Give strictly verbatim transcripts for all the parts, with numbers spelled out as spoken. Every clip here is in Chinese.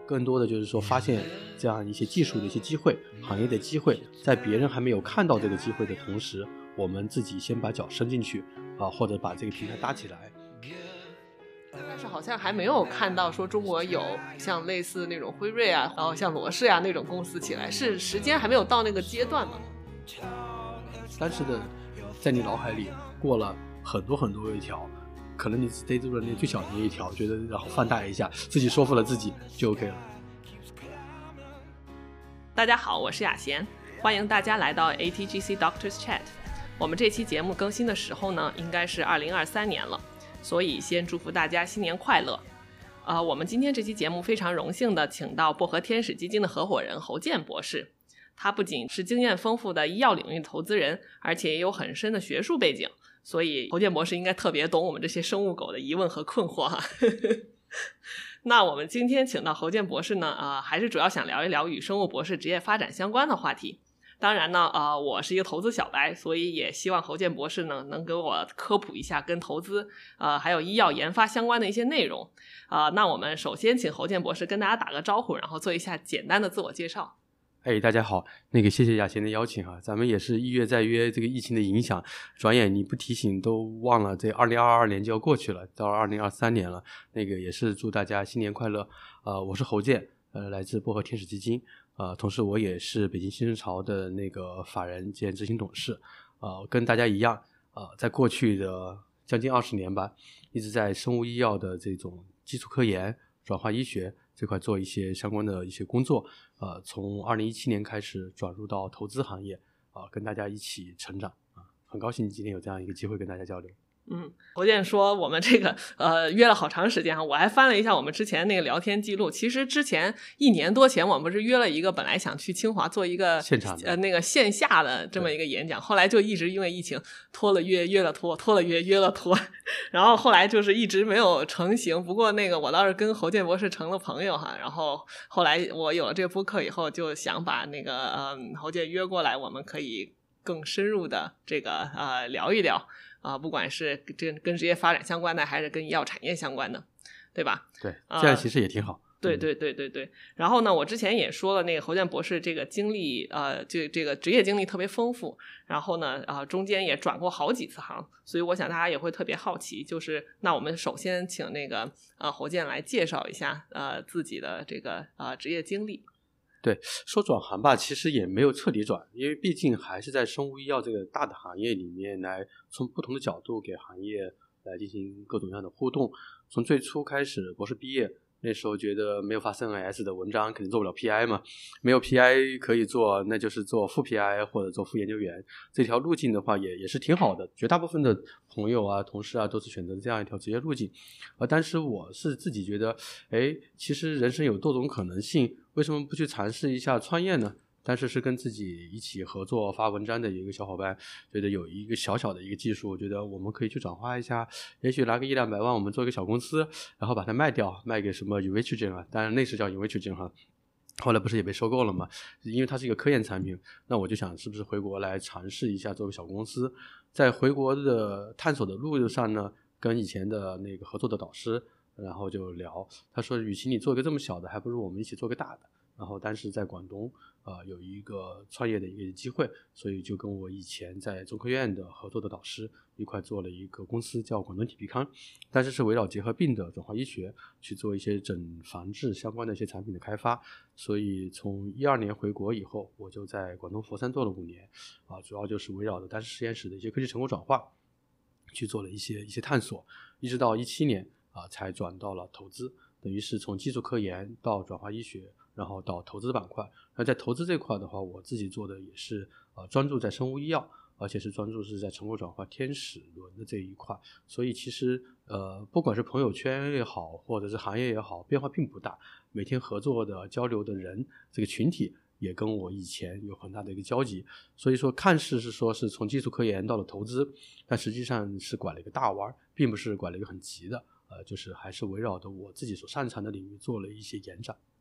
更多的就是说发现这样一些技术的一些机会，行业的机会，在别人还没有看到这个机会的同时，我们自己先把脚伸进去啊，或者把这个平台搭起来。 但是好像还没有看到说中国有像类似那种辉瑞啊，然后像罗氏啊那种公司起来，是时间还没有到那个阶段吗？ 但是呢，在你脑海里过了很多很多一条，可能你只逮住了那最小的那一条，觉得然后放大一下，自己说服了自己就 OK 了。 大家好，我是雅贤，欢迎大家来到 A T G C Doctors Chat。我们这期节目更新的时候呢，应该是二零二三年了，所以先祝福大家新年快乐。呃，我们今天这期节目非常荣幸的请到薄荷天使基金的合伙人侯健博士。他不仅是经验丰富的医药领域投资人，而且也有很深的学术背景，所以侯健博士应该特别懂我们这些生物狗的疑问和困惑哈。那我们今天请到侯健博士呢，呃，还是主要想聊一聊与生物博士职业发展相关的话题。当然呢，呃，我是一个投资小白，所以也希望侯健博士呢能给我科普一下跟投资呃还有医药研发相关的一些内容。啊、呃，那我们首先请侯健博士跟大家打个招呼，然后做一下简单的自我介绍。 哎，大家好，那个谢谢雅贤的邀请啊，咱们也是一月再约，这个疫情的影响，转眼你不提醒都忘了，这二零二二年就要过去了，到二零二三年了，那个也是祝大家新年快乐。呃，我是侯健，呃，来自薄荷天使基金，呃，同时我也是北京新生潮的那个法人兼执行董事，呃，跟大家一样，呃，在过去的将近二十年吧，一直在生物医药的这种基础科研、转化医学这块做一些相关的一些工作，呃，从二零一七年开始转入到投资行业，啊、呃，跟大家一起成长啊、呃，很高兴今天有这样一个机会跟大家交流。 嗯，侯健说我们这个呃约了好长时间哈，我还翻了一下我们之前那个聊天记录。其实之前一年多前，我们不是约了一个本来想去清华做一个现场的呃那个线下的这么一个演讲，后来就一直因为疫情拖了约，约了拖，拖了约，约了拖，然后后来就是一直没有成型。不过那个我倒是跟侯健博士成了朋友哈，然后后来我有了这个播客以后，就想把那个嗯侯健约过来，我们可以更深入的这个呃聊一聊。啊、呃，不管是这跟职业发展相关的，还是跟医药产业相关的，对吧？ 对，这样其实也挺好。 呃、对对对对对。然后呢，我之前也说了，那个侯健博士这个经历，呃，这这个职业经历特别丰富。然后呢，啊、呃，中间也转过好几次行，所以我想大家也会特别好奇，就是那我们首先请那个呃侯健来介绍一下呃自己的这个呃职业经历。 对，说转行吧，其实也没有彻底转，因为毕竟还是在生物医药这个大的行业里面来，从不同的角度给行业来进行各种各样的互动。从最初开始，博士毕业那时候觉得没有发 C N S 的文章肯定做不了 P I 嘛，没有 P I 可以做，那就是做副 P I 或者做副研究员，这条路径的话也也是挺好的，绝大部分的朋友啊同事啊都是选择这样一条职业路径。呃，但是我是自己觉得，哎，其实人生有多种可能性，为什么不去尝试一下创业呢？但是是跟自己一起合作发文章的一个小伙伴，觉得有一个小小的一个技术，我觉得我们可以去转化一下，也许拿个一两百万，我们做一个小公司，然后把它卖掉，卖给什么 Invitrogen 啊，当然那时叫 Invitrogen 哈，后来不是也被收购了嘛？因为它是一个科研产品，那我就想是不是回国来尝试一下做个小公司，在回国的探索的路上呢，跟以前的那个合作的导师，然后就聊，他说与其你做个这么小的，还不如我们一起做个大的。然后当时在广东呃有一个创业的一个机会，所以就跟我以前在中科院的合作的导师一块做了一个公司叫广东体皮康，但是是围绕结核病的转化医学去做一些诊防治相关的一些产品的开发。所以从一二年回国以后，我就在广东佛山做了五年啊，主要就是围绕着当时实验室的一些科技成果转化去做了一些一些探索，一直到一七年啊才转到了投资，等于是从基础科研到转化医学，然后到投资板块。那在投资这块的话，我自己做的也是呃专注在生物医药，而且是专注是在成果转化天使轮的这一块。所以其实呃不管是朋友圈也好，或者是行业也好，变化并不大，每天合作的交流的人这个群体也跟我以前有很大的一个交集。所以说看似是说是从基础科研到了投资，但实际上是拐了一个大弯，并不是拐了一个很急的，呃，就是还是围绕着我自己所擅长的领域做了一些延展。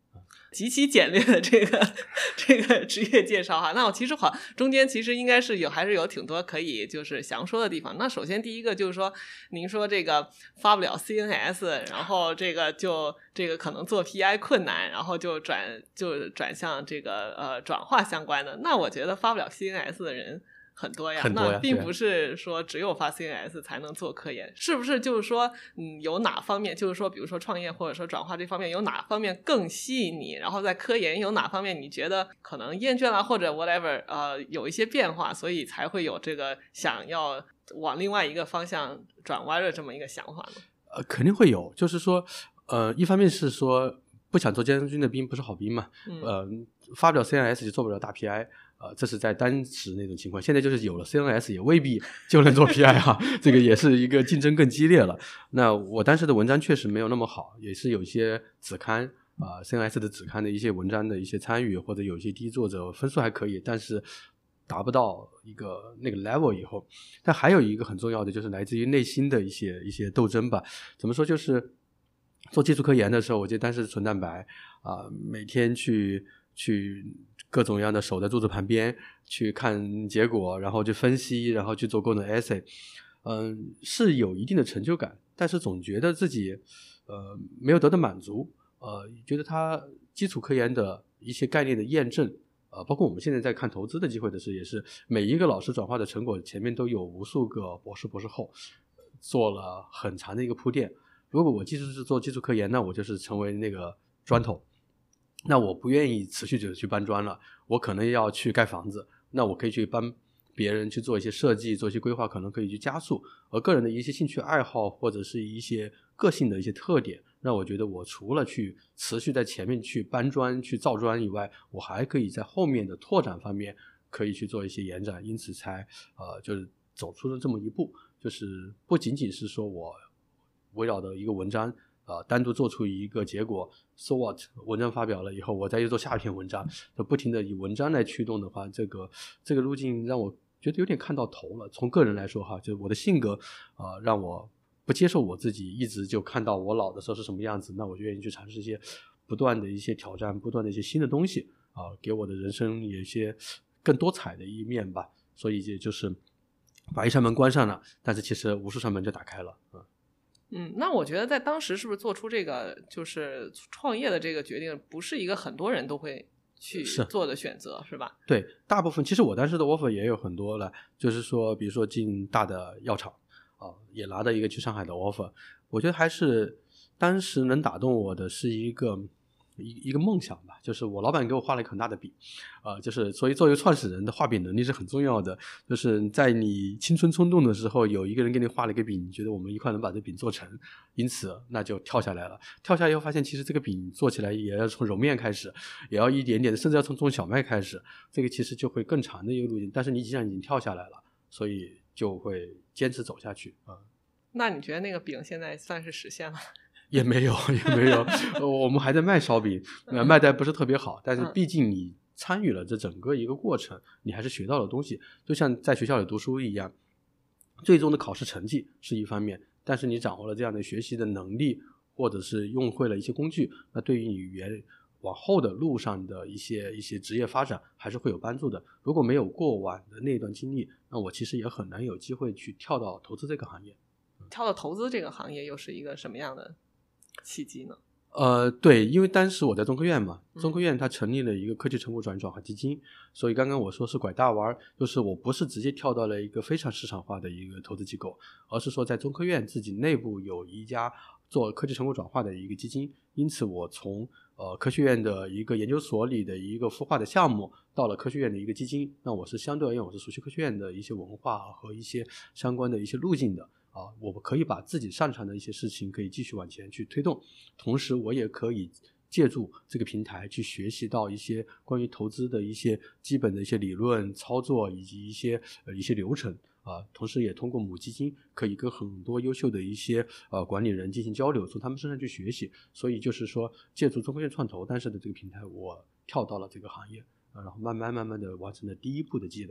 极其简略的这个这个职业介绍哈，那我其实好中间其实应该是有还是有挺多可以就是详说的地方。那首先第一个就是说，您说这个发不了 C N S， 然后这个就这个可能做 P I 困难，然后就转就转向这个呃转化相关的。那我觉得发不了 C N S 的人很多呀， 很多呀， 那并不是说只有发 C N S 才能做科研，是不是就是说嗯，有哪方面就是说比如说创业或者说转化这方面有哪方面更吸引你，然后在科研有哪方面你觉得可能厌倦了或者 whatever 呃有一些变化，所以才会有这个想要往另外一个方向转弯的这么一个想法呢？ 呃，肯定会有，就是说呃，一方面是说不想做将军的兵不是好兵嘛，嗯、呃，发不了 C N S 就做不了大 P I，呃，这是在当时那种情况，现在就是有了 C N S 也未必就能做 P I 哈，这个也是一个竞争更激烈了。那我当时的文章确实没有那么好，也是有一些子刊啊、呃、C N S 的子刊的一些文章的一些参与，或者有一些第一作者分数还可以，但是达不到一个那个 level 以后。但还有一个很重要的就是来自于内心的一些一些斗争吧。怎么说，就是做技术科研的时候，我记得当时纯蛋白啊、呃，每天去去各种各样的守在柱子旁边去看结果，然后去分析，然后去做各种 essay， 嗯，是有一定的成就感，但是总觉得自己呃没有得到满足，呃，觉得他基础科研的一些概念的验证，呃，包括我们现在在看投资的机会的时候，也是每一个老师转化的成果前面都有无数个博士博士后做了很长的一个铺垫。如果我继续是做基础科研，那我就是成为那个砖头，那我不愿意持续的去搬砖了，我可能要去盖房子，那我可以去帮别人去做一些设计，做一些规划，可能可以去加速。而个人的一些兴趣爱好或者是一些个性的一些特点，让我觉得我除了去持续在前面去搬砖去造砖以外，我还可以在后面的拓展方面可以去做一些延展，因此才呃就是走出了这么一步，就是不仅仅是说我围绕的一个文章呃，单独做出一个结果 so what 文章发表了以后，我再去做下一篇文章，就不停的以文章来驱动的话，这个这个路径让我觉得有点看到头了。从个人来说哈，就是我的性格呃，让我不接受我自己一直就看到我老的时候是什么样子，那我就愿意去尝试一些不断的一些挑战，不断的一些新的东西啊、呃，给我的人生有一些更多彩的一面吧。所以也就是把一扇门关上了，但是其实无数扇门就打开了啊。 嗯，那我觉得在当时是不是做出这个就是创业的这个决定，不是一个很多人都会去做的选择， 是, 是吧？ 对，大部分其实我当时的 offer 也有很多了，就是说比如说进大的药厂啊，也拿到一个去上海的 offer， 我觉得还是当时能打动我的是一个一一个梦想吧，就是我老板给我画了一个很大的饼，呃，就是所以作为创始人的画饼能力是很重要的，就是在你青春冲动的时候，有一个人给你画了一个饼，你觉得我们一块能把这饼做成，因此那就跳下来了。跳下来以后发现，其实这个饼做起来也要从揉面开始，也要一点点的，甚至要从种小麦开始，这个其实就会更长的一个路径。但是你既然已经跳下来了，所以就会坚持走下去啊、嗯。 那你觉得那个饼现在算是实现了？ 也没有也没有我们还在卖烧饼、呃、卖的不是特别好，但是毕竟你参与了这整个一个过程，你还是学到了东西，就像在学校里读书一样，最终的考试成绩是一方面，但是你掌握了这样的学习的能力，或者是用会了一些工具，那对于你原往后的路上的一些一些职业发展还是会有帮助的。如果没有过往的那段经历，那我其实也很难有机会去跳到投资这个行业。 跳到投资这个行业又是一个什么样的契机呢？ 呃，对，因为当时我在中科院嘛，中科院它成立了一个科技成果转移转化基金、嗯、所以刚刚我说是拐大弯，就是我不是直接跳到了一个非常市场化的一个投资机构，而是说在中科院自己内部有一家做科技成果转化的一个基金，因此我从呃科学院的一个研究所里的一个孵化的项目到了科学院的一个基金，那我是相对而言我是熟悉科学院的一些文化和一些相关的一些路径的啊，我可以把自己擅长的一些事情可以继续往前去推动，同时我也可以借助这个平台去学习到一些关于投资的一些基本的一些理论操作以及一些呃一些流程啊，同时也通过母基金可以跟很多优秀的一些呃管理人进行交流，从他们身上去学习，所以就是说借助中科院创投但是的这个平台，我跳到了这个行业，然后慢慢慢慢的完成了第一步的积累。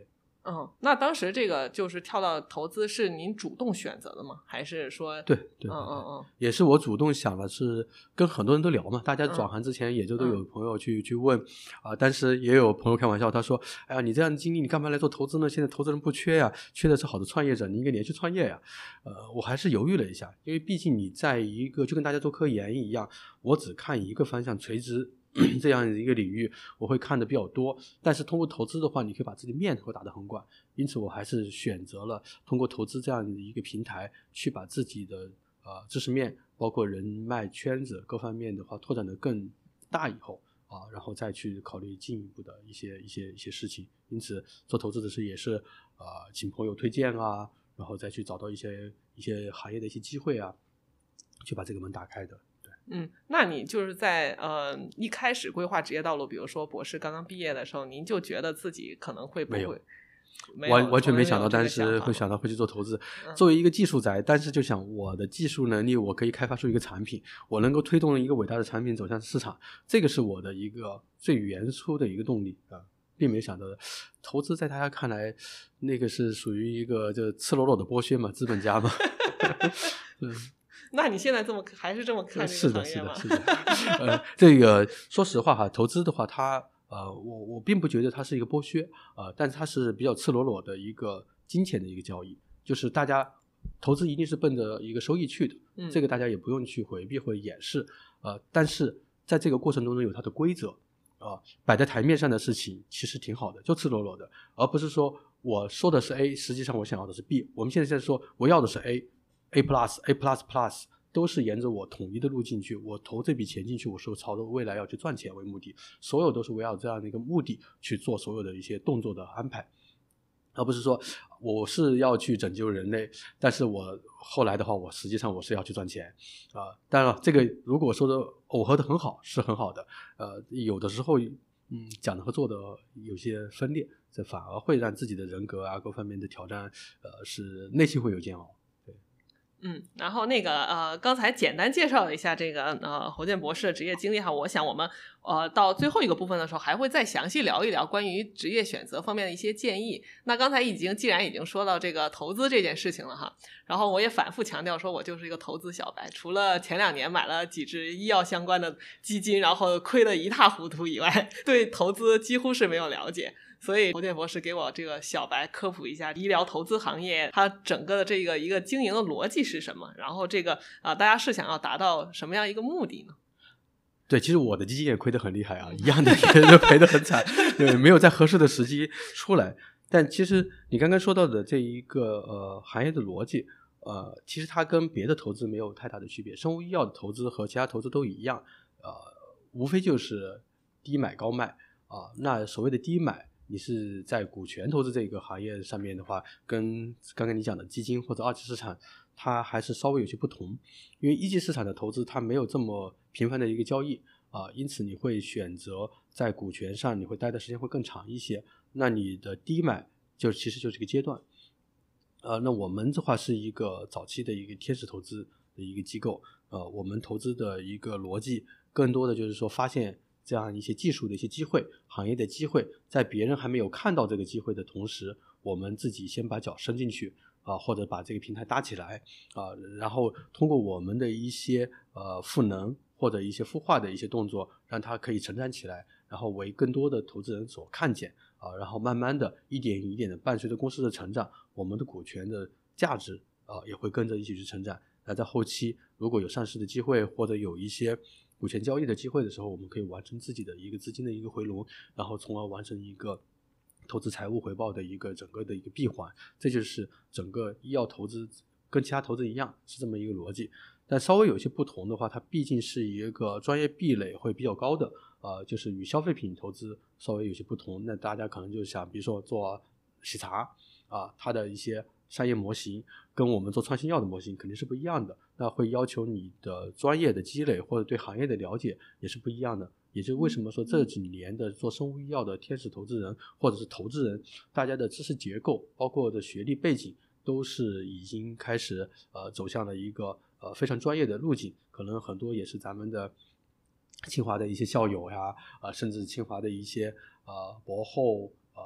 嗯，那当时这个就是跳到投资是您主动选择的吗？还是说对对对， 嗯嗯嗯， 也是我主动想的，是跟很多人都聊嘛，大家转行之前也就都有朋友去、嗯、去问啊、呃，但是也有朋友开玩笑，他说：“哎呀，你这样的经历，你干嘛来做投资呢？现在投资人不缺呀，缺的是好的创业者，你应该连续创业呀。”呃，我还是犹豫了一下，因为毕竟你在一个就跟大家做科研一样，我只看一个方向，垂直。这样一个领域我会看的比较多，但是通过投资的话，你可以把自己面头打得很广，因此我还是选择了通过投资这样的一个平台，去把自己的呃知识面，包括人脉圈子各方面的话拓展得更大以后啊，然后再去考虑进一步的一些一些一些事情。因此做投资的时候也是呃请朋友推荐啊，然后再去找到一些一些行业的一些机会啊，去把这个门打开的。 嗯，那你就是在呃一开始规划职业道路，比如说博士刚刚毕业的时候，您就觉得自己可能会不会？ 没有， 没有完完全没想到， 到， 但是会想到会去做投资。 嗯、 作为一个技术宅，但是就想我的技术能力，我可以开发出一个产品，我能够推动一个伟大的产品走向市场，这个是我的一个最原初的一个动力啊。并没想到的，投资在大家看来，那个是属于一个就赤裸裸的剥削嘛，资本家嘛。嗯。 那你现在这么还是这么看这个行业吗？ 是的，是的，是的。呃，这个说实话哈，投资的话，它呃，我我并不觉得它是一个剥削呃，但是它是比较赤裸裸的一个金钱的一个交易，就是大家投资一定是奔着一个收益去的， 嗯、 这个大家也不用去回避或者掩饰呃，但是在这个过程中呢，有它的规则啊、呃，摆在台面上的事情其实挺好的，就赤裸裸的，而不是说我说的是 A， 实际上我想要的是 B。我们现在在说我要的是 A。A plus A plus plus 都是沿着我统一的路径去，我投这笔钱进去，我是朝着未来要去赚钱为目的，所有都是围绕这样的一个目的去做所有的一些动作的安排，而不是说我是要去拯救人类，但是我后来的话，我实际上我是要去赚钱啊、呃。当然了，这个如果说的耦合的很好，是很好的，呃，有的时候嗯讲的和做的有些分裂，这反而会让自己的人格啊各方面的挑战，呃，是内心会有煎熬。 嗯，然后那个呃，刚才简单介绍了一下这个呃侯健博士的职业经历哈，我想我们呃到最后一个部分的时候，还会再详细聊一聊关于职业选择方面的一些建议。那刚才已经既然已经说到这个投资这件事情了哈，然后我也反复强调说，我就是一个投资小白，除了前两年买了几只医药相关的基金，然后亏得一塌糊涂以外，对投资几乎是没有了解。所以侯健博士给我这个小白科普一下医疗投资行业它整个的这个一个经营的逻辑是什么，然后这个啊、呃、大家是想要达到什么样一个目的呢？ 对，其实我的基金也亏得很厉害啊，一样的也就赔得很惨，对，没有在合适的时机出来。但其实你刚刚说到的这一个呃行业的逻辑，呃，其实它跟别的投资没有太大的区别，生物医药的投资和其他投资都一样，呃，无非就是低买高卖啊、呃。那所谓的低买，你是在股权投资这个行业上面的话，跟刚刚你讲的基金或者二级市场它还是稍微有些不同，因为一级市场的投资它没有这么频繁的一个交易啊、呃，因此你会选择在股权上你会待的时间会更长一些，那你的低买就其实就是一个阶段。呃，那我们的话是一个早期的一个天使投资的一个机构，呃，我们投资的一个逻辑更多的就是说发现这样一些技术的一些机会，行业的机会，在别人还没有看到这个机会的同时，我们自己先把脚伸进去啊、呃，或者把这个平台搭起来啊、呃，然后通过我们的一些呃赋能或者一些孵化的一些动作，让它可以成长起来，然后为更多的投资人所看见啊、呃，然后慢慢的一点一点的伴随着公司的成长，我们的股权的价值啊、呃、也会跟着一起去成长。那在后期如果有上市的机会或者有一些股权交易的机会的时候，我们可以完成自己的一个资金的一个回笼，然后从而完成一个投资财务回报的一个整个的一个闭环。这就是整个医药投资跟其他投资一样是这么一个逻辑，但稍微有些不同的话，它毕竟是一个专业壁垒会比较高的呃，就是与消费品投资稍微有些不同。那大家可能就想比如说做喜茶啊、呃，它的一些商业模型跟我们做创新药的模型肯定是不一样的，那会要求你的专业的积累或者对行业的了解也是不一样的。也就是为什么说这几年的做生物医药的天使投资人或者是投资人，大家的知识结构包括的学历背景都是已经开始呃走向了一个呃非常专业的路径，可能很多也是咱们的清华的一些校友呀，呃甚至清华的一些呃博后呃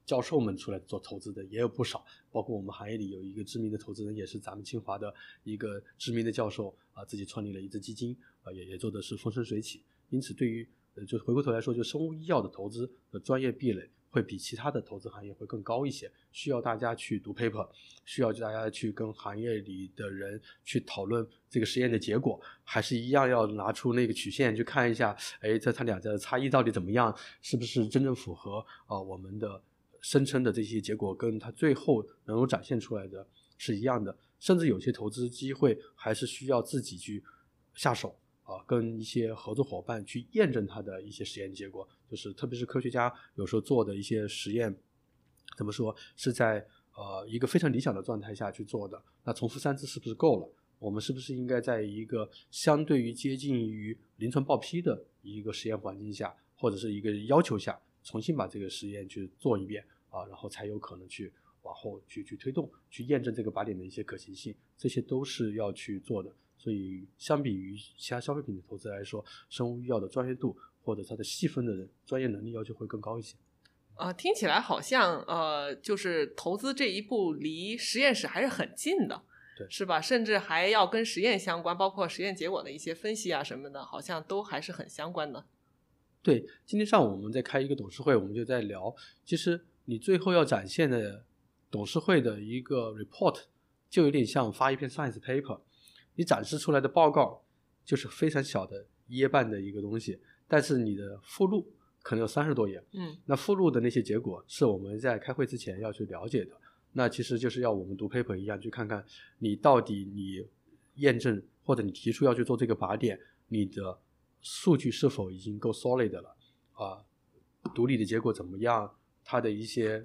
教授们出来做投资的也有不少，包括我们行业里有一个知名的投资人，也是咱们清华的一个知名的教授啊、呃，自己创立了一支基金啊、呃，也也做的是风生水起。因此，对于呃，就回过头来说，就生物医药的投资的专业壁垒会比其他的投资行业会更高一些，需要大家去读 paper， 需要大家去跟行业里的人去讨论这个实验的结果，还是一样要拿出那个曲线去看一下，哎，这它两者的差异到底怎么样，是不是真正符合啊、呃、我们的声称的这些结果跟它最后能够展现出来的是一样的，甚至有些投资机会还是需要自己去下手啊，跟一些合作伙伴去验证它的一些实验结果，就是特别是科学家有时候做的一些实验，怎么说是在呃一个非常理想的状态下去做的，那重复三次是不是够了？我们是不是应该在一个相对于接近于临床报批的一个实验环境下，或者是一个要求下，重新把这个实验去做一遍啊，然后才有可能去往后去去推动，去验证这个靶点的一些可行性，这些都是要去做的。所以相比于其他消费品的投资来说，生物医药的专业度或者它的细分的专业能力要求会更高一些。 呃，听起来好像呃，就是投资这一步离实验室还是很近的， 对， 是吧？甚至还要跟实验相关，包括实验结果的一些分析啊什么的，好像都还是很相关的。 对，今天上午我们在开一个董事会，我们就在聊，其实你最后要展现的董事会的一个 report 就有点像发一篇 science paper， 你展示出来的报告就是非常小的一页半的一个东西，但是你的附录可能有三十多页， 嗯， 那附录的那些结果是我们在开会之前要去了解的，那其实就是要我们读 paper 一样去看看你到底你验证或者你提出要去做这个靶点，你的数据是否已经够 solid 了啊？毒理的结果怎么样？它的一些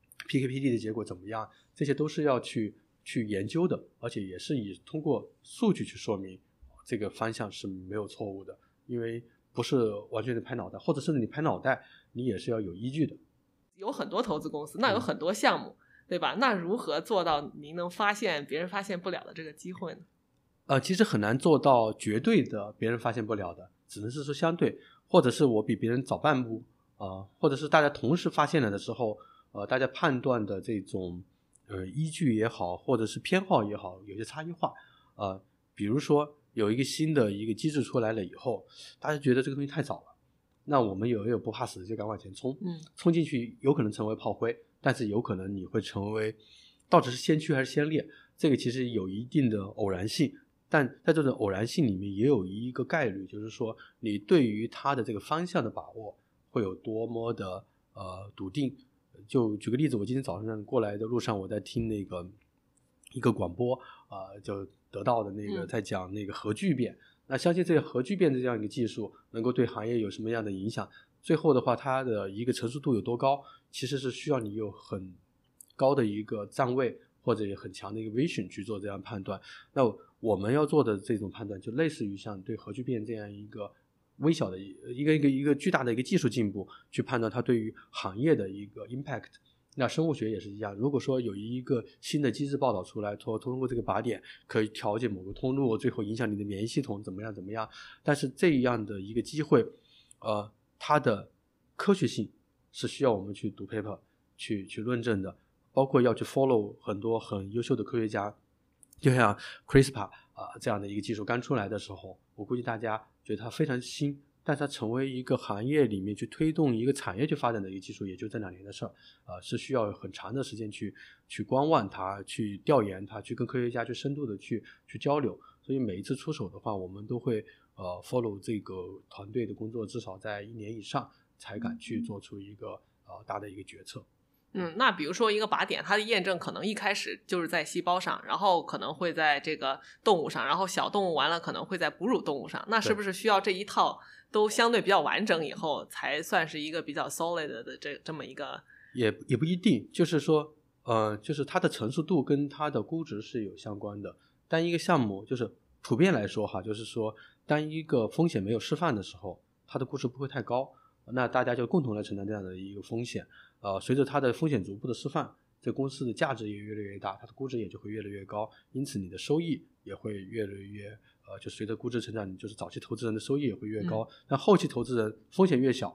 P K P D 的结果怎么样？这些都是要去去研究的，而且也是以通过数据去说明这个方向是没有错误的，因为不是完全的拍脑袋，或者甚至你拍脑袋，你也是要有依据的。 有很多投资公司，那有很多项目，嗯、对吧？那如何做到您能发现别人发现不了的这个机会呢？ 呃，其实很难做到绝对的别人发现不了的，只能是说相对，或者是我比别人早半步啊、呃，或者是大家同时发现了的时候，呃，大家判断的这种呃依据也好，或者是偏好也好，有些差异化。呃，比如说有一个新的一个机制出来了以后，大家觉得这个东西太早了，那我们有也有不怕死的就敢往前冲， 嗯， 冲进去有可能成为炮灰，但是有可能你会成为到底是先驱还是先烈，这个其实有一定的偶然性。但在这种偶然性里面也有一个概率，就是说你对于它的这个方向的把握会有多么的呃笃定。就举个例子，我今天早上过来的路上，我在听那个一个广播啊、呃，就得到的那个在讲那个核聚变、嗯、那相信这个核聚变的这样一个技术能够对行业有什么样的影响，最后的话它的一个成熟度有多高，其实是需要你有很高的一个站位或者也很强的一个 vision 去做这样判断。那我们要做的这种判断就类似于像对核聚变这样一个微小的一个一个一个巨大的一个技术进步去判断它对于行业的一个 impact。 那生物学也是一样，如果说有一个新的机制报道出来，通通过这个靶点可以调节某个通路，最后影响你的免疫系统怎么样怎么样，但是这样的一个机会呃，它的科学性是需要我们去读 paper 去去论证的，包括要去 follow 很多很优秀的科学家，就像 CRISPR 啊、呃、这样的一个技术刚出来的时候，我估计大家觉得它非常新，但它成为一个行业里面去推动一个产业去发展的一个技术，也就这两年的事儿啊、呃，是需要很长的时间去去观望它，去调研它，去跟科学家去深度的去去交流。所以每一次出手的话，我们都会呃 follow 这个团队的工作，至少在一年以上才敢去做出一个呃大的一个决策。 嗯，那比如说一个靶点，它的验证可能一开始就是在细胞上，然后可能会在这个动物上，然后小动物完了可能会在哺乳动物上，那是不是需要这一套都相对比较完整以后才算是一个比较 solid 的这这么一个？ 也也不一定，就是说呃，就是它的成熟度跟它的估值是有相关的。单一个项目就是普遍来说哈，就是说当一个风险没有示范的时候，它的估值不会太高，那大家就共同来承担这样的一个风险。呃，随着它的风险逐步的示范，这公司的价值也越来越大，它的估值也就会越来越高，因此你的收益也会越来越呃，就随着估值成长，你就是早期投资人的收益也会越高，但、嗯、后期投资人风险越小，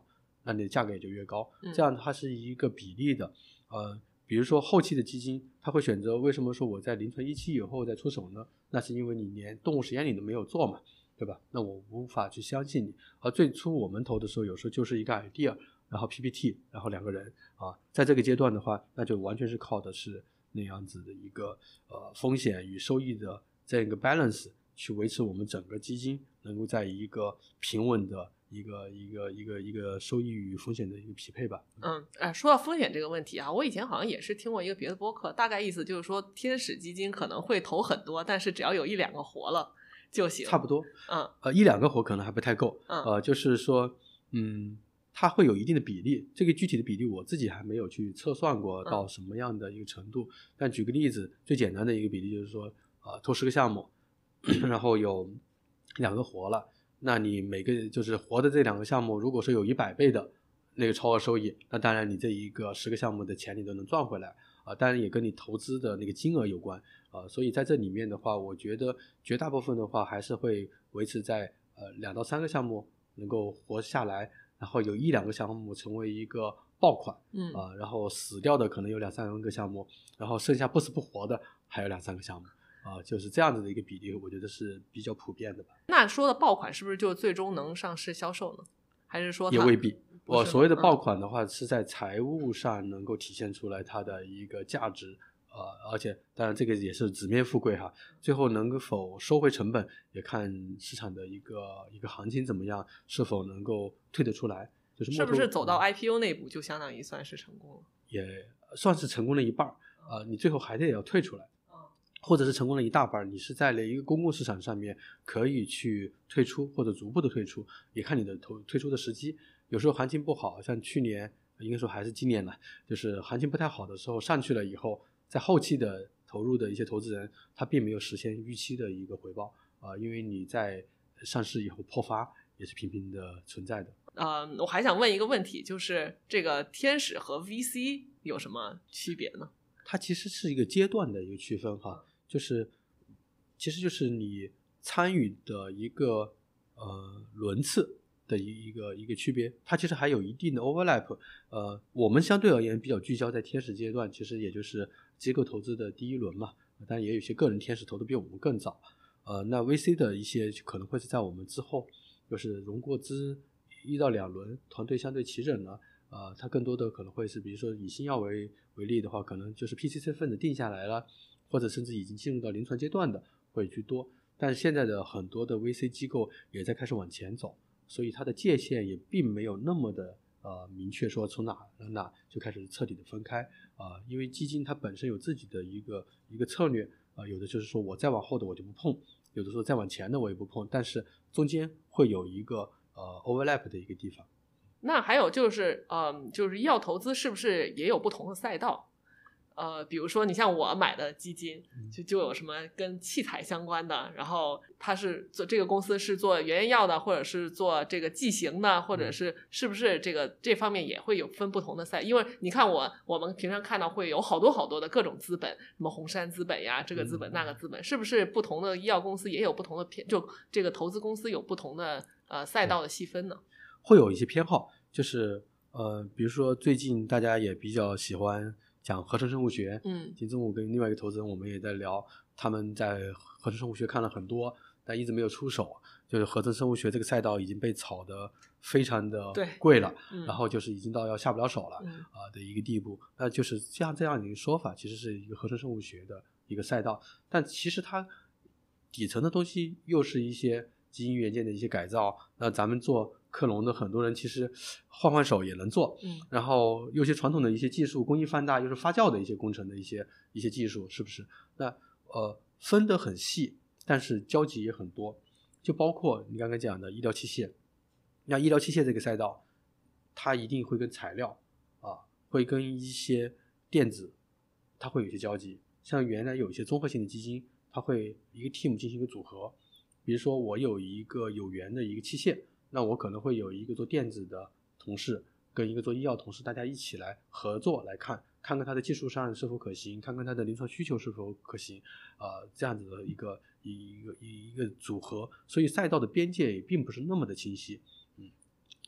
那你的价格也就越高， 嗯、 这样它是一个比例的。呃，比如说后期的基金，它会选择为什么说我在临床一期以后再出手呢？那是因为你连动物实验你都没有做嘛，对吧？那我无法去相信你。而最初我们投的时候，有时候就是一个 idea， 然后 P P T， 然后两个人啊，在这个阶段的话，那就完全是靠的是那样子的一个呃风险与收益的这样一个 balance， 去维持我们整个基金能够在一个平稳的一个一个一个一个收益与风险的一个匹配吧。 嗯，哎，说到风险这个问题啊，我以前好像也是听过一个别的播客，大概意思就是说，天使基金可能会投很多，但是只要有一两个活了就行。 差不多， 嗯， 呃，一两个活可能还不太够， 嗯， 呃，就是说，嗯，它会有一定的比例，这个具体的比例我自己还没有去测算过到什么样的一个程度。嗯、但举个例子，最简单的一个比例就是说，呃，投十个项目，然后有两个活了。那你每个就是活的这两个项目，如果说有一百倍的那个超额收益，那当然你这一个十个项目的钱你都能赚回来啊、呃，当然也跟你投资的那个金额有关啊、呃，所以在这里面的话，我觉得绝大部分的话还是会维持在呃两到三个项目能够活下来，然后有一两个项目成为一个爆款， 嗯啊、呃，然后死掉的可能有两三个项目，然后剩下不死不活的还有两三个项目。啊、呃，就是这样子的一个比例，我觉得是比较普遍的吧。 那说的爆款是不是就最终能上市销售呢？还是说它也未必？我所谓的爆款的话， 嗯、 是在财务上能够体现出来它的一个价值，呃，而且当然这个也是纸面富贵哈。最后能否收回成本，也看市场的一个一个行情怎么样，是否能够退得出来。就是是不是走到 I P O 那步就相当于算是成功了？ 也算是成功了一半，呃，你最后还得要退出来。或者是成功了一大半，你是在了一个公共市场上面可以去退出或者逐步的退出，也看你的投退出的时机。有时候行情不好，像去年应该说还是今年了，就是行情不太好的时候上去了以后，在后期的投入的一些投资人，他并没有实现预期的一个回报啊、呃，因为你在上市以后破发也是频频的存在的。 呃，我还想问一个问题，就是这个天使和 V C 有什么区别呢？ 它其实是一个阶段的一个区分哈。就是其实就是你参与的一个呃轮次的一一个一个区别，它其实还有一定的 overlap。呃，我们相对而言比较聚焦在天使阶段，其实也就是机构投资的第一轮嘛，当然也有些个人天使投的比我们更早。呃，那 V C 的一些可能会是在我们之后，就是融过资一到两轮，团队相对齐整了。呃，它更多的可能会是，比如说以新药为为例的话，可能就是 P C C 分子定下来了。或者甚至已经进入到临床阶段的会居多，但是现在的很多的 V C 机构也在开始往前走，所以它的界限也并没有那么的呃明确，说从哪到哪就开始彻底的分开啊、呃，因为基金它本身有自己的一个一个策略啊、呃，有的就是说我再往后的我就不碰，有的时候再往前的我也不碰，但是中间会有一个呃 overlap 的一个地方。 那还有就是嗯，就是医药投资是不是也有不同的赛道？呃，比如说你像我买的基金，就就有什么跟器材相关的，然后它是做这个公司是做原药的，或者是做这个剂型的，或者是是不是这个这方面也会有分不同的赛？因为你看我我们平常看到会有好多好多的各种资本，什么红杉资本呀，这个资本那个资本，是不是不同的医药公司也有不同的偏，就这个投资公司有不同的呃赛道的细分呢？ 会有一些偏好，就是呃，比如说最近大家也比较喜欢讲合成生物学， 嗯， 今中午跟另外一个投资人我们也在聊，他们在合成生物学看了很多，但一直没有出手。就是合成生物学这个赛道已经被炒得非常的贵了， 嗯、 然后就是已经到要下不了手了啊、 嗯呃、的一个地步。那就是像这样一个说法，其实是一个合成生物学的一个赛道，但其实它底层的东西又是一些基因元件的一些改造。那咱们做克隆的很多人其实换换手也能做， 嗯， 然后有些传统的一些技术工艺放大，又是发酵的一些工程的一些一些技术，是不是？那呃分得很细，但是交集也很多，就包括你刚刚讲的医疗器械。那医疗器械这个赛道，它一定会跟材料啊，会跟一些电子，它会有一些交集。像原来有一些综合性的基金，它会一个 team 进行一个组合，比如说我有一个有缘的一个器械，那我可能会有一个做电子的同事跟一个做医药同事，大家一起来合作来看，看看它的技术上是否可行，看看它的临床需求是否可行，呃，这样子的一个一个一个组合。所以赛道的边界也并不是那么的清晰，嗯，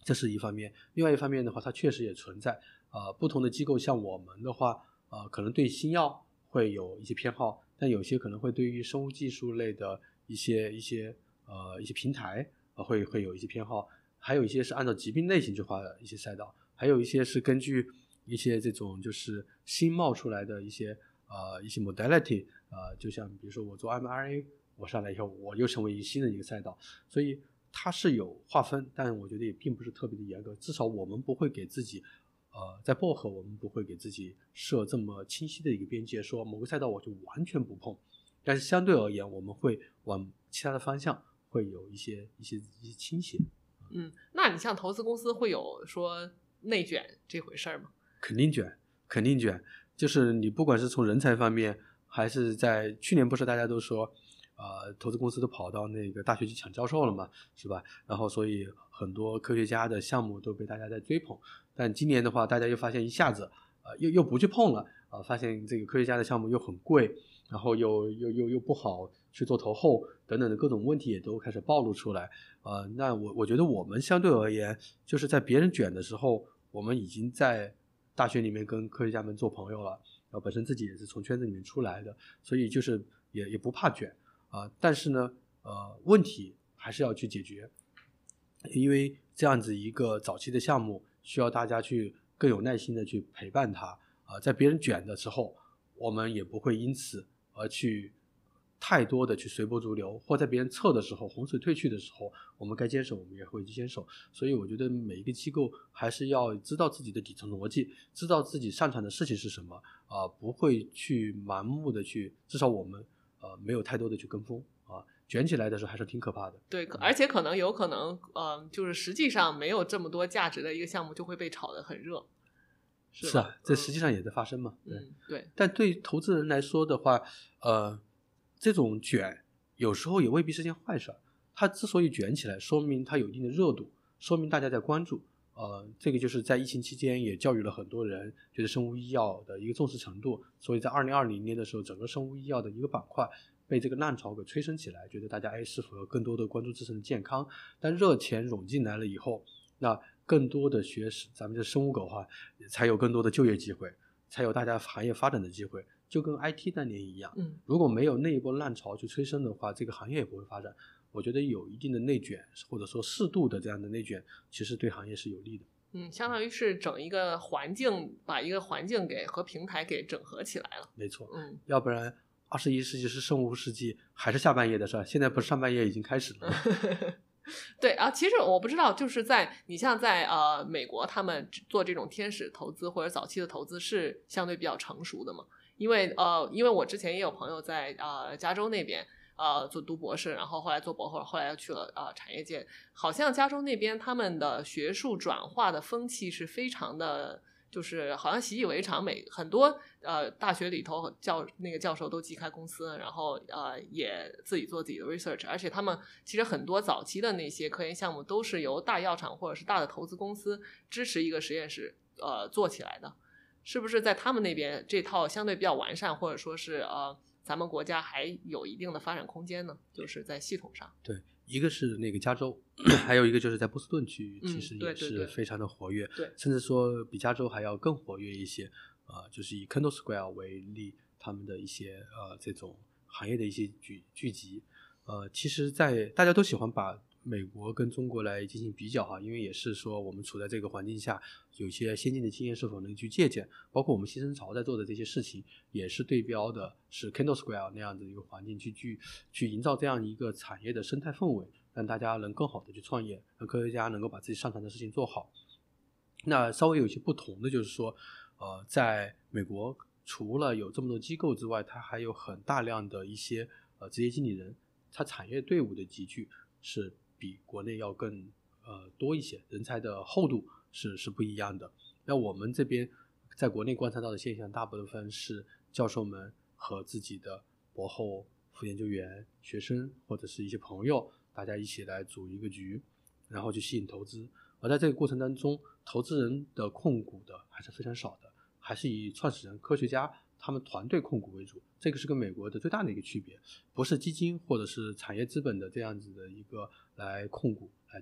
这是一方面。另外一方面的话，它确实也存在呃不同的机构，像我们的话呃可能对新药会有一些偏好，但有些可能会对于生物技术类的一些一些呃一些平台呃会会有一些偏好，还有一些是按照疾病类型去划的一些赛道，还有一些是根据一些这种就是新冒出来的一些呃一些 modality， 呃就像比如说我做 M R A， 我上来以后我又成为一个新的一个赛道，所以它是有划分，但我觉得也并不是特别的严格，至少我们不会给自己呃在薄荷我们不会给自己设这么清晰的一个边界，说某个赛道我就完全不碰，但是相对而言我们会往其他的方向会有一些一些一些倾斜。 嗯，那你像投资公司会有说内卷这回事吗？ 肯定卷，肯定卷，就是你不管是从人才方面，还是在去年不是大家都说呃，投资公司都跑到那个大学去抢教授了嘛，是吧？然后所以很多科学家的项目都被大家在追捧，但今年的话大家又发现一下子呃又又不去碰了呃，发现这个科学家的项目又很贵，然后又又又又不好去做投后等等的各种问题也都开始暴露出来呃，那我我觉得我们相对而言就是在别人卷的时候，我们已经在大学里面跟科学家们做朋友了，然后本身自己也是从圈子里面出来的，所以就是也也不怕卷啊、呃，但是呢呃问题还是要去解决，因为这样子一个早期的项目需要大家去更有耐心的去陪伴它啊、呃，在别人卷的时候我们也不会因此而去太多的去随波逐流，或在别人撤的时候洪水退去的时候我们该坚守我们也会去坚守，所以我觉得每一个机构还是要知道自己的底层逻辑，知道自己擅长的事情是什么啊、呃，不会去盲目的去，至少我们呃没有太多的去跟风啊，卷起来的时候还是挺可怕的。 对，而且可能有可能呃就是实际上没有这么多价值的一个项目就会被炒得很热。是, 是啊，这实际上也在发生嘛。 嗯、对, 嗯对， 但对投资人来说的话呃这种卷有时候也未必是件坏事，它之所以卷起来说明它有一定的热度，说明大家在关注呃，这个就是在疫情期间也教育了很多人觉得生物医药的一个重视程度，所以在二零二零年的时候整个生物医药的一个板块被这个浪潮给催生起来，觉得大家哎是否要更多的关注自身的健康，但热钱涌进来了以后，那更多的学识咱们这生物狗哈才有更多的就业机会，才有大家行业发展的机会，就跟 I T 当年一样， 嗯， 如果没有那一波浪潮去催生的话，这个行业也不会发展。我觉得有一定的内卷或者说适度的这样的内卷其实对行业是有利的。 嗯，相当于是整一个环境，把一个环境给和平台给整合起来了。 没错， 嗯， 要不然二十一世纪是生物世纪还是下半叶的事儿，现在不是上半叶已经开始了吗？ 对啊，其实我不知道，就是在你像在呃美国，他们做这种天使投资或者早期的投资是相对比较成熟的嘛？因为呃，因为我之前也有朋友在呃加州那边呃做读博士，然后后来做博后，后来又去了呃产业界，好像加州那边他们的学术转化的风气是非常的。就是好像习以为常，每很多呃大学里头教那个教授都既开公司，然后呃也自己做自己的 research， 而且他们其实很多早期的那些科研项目都是由大药厂或者是大的投资公司支持一个实验室呃做起来的，是不是在他们那边这套相对比较完善，或者说是呃咱们国家还有一定的发展空间呢？就是在系统上。 对。一个是那个加州还有一个就是在波士顿区其实也是非常的活跃、 嗯、对对对甚至说比加州还要更活跃一些呃，就是以 Kendall Square 为例，他们的一些呃这种行业的一些聚聚集呃，其实在大家都喜欢把美国跟中国来进行比较哈，因为也是说我们处在这个环境下，有些先进的经验是否能去借鉴，包括我们新生潮在做的这些事情，也是对标的是 Kendall Square 那样的一个环境去去去营造这样一个产业的生态氛围，让大家能更好的去创业，让科学家能够把自己擅长的事情做好。那稍微有些不同的就是说，呃，在美国除了有这么多机构之外，它还有很大量的一些呃职业经理人，它产业队伍的集聚是比国内要更呃多一些，人才的厚度是是不一样的。那我们这边在国内观察到的现象，大部分是教授们和自己的博后、副研究员、学生或者是一些朋友，大家一起来组一个局，然后去吸引投资。而在这个过程当中，投资人的控股的还是非常少的，还是以创始人、科学家他们团队控股为主，这个是跟美国的最大的一个区别，不是基金或者是产业资本的这样子的一个来控股来做，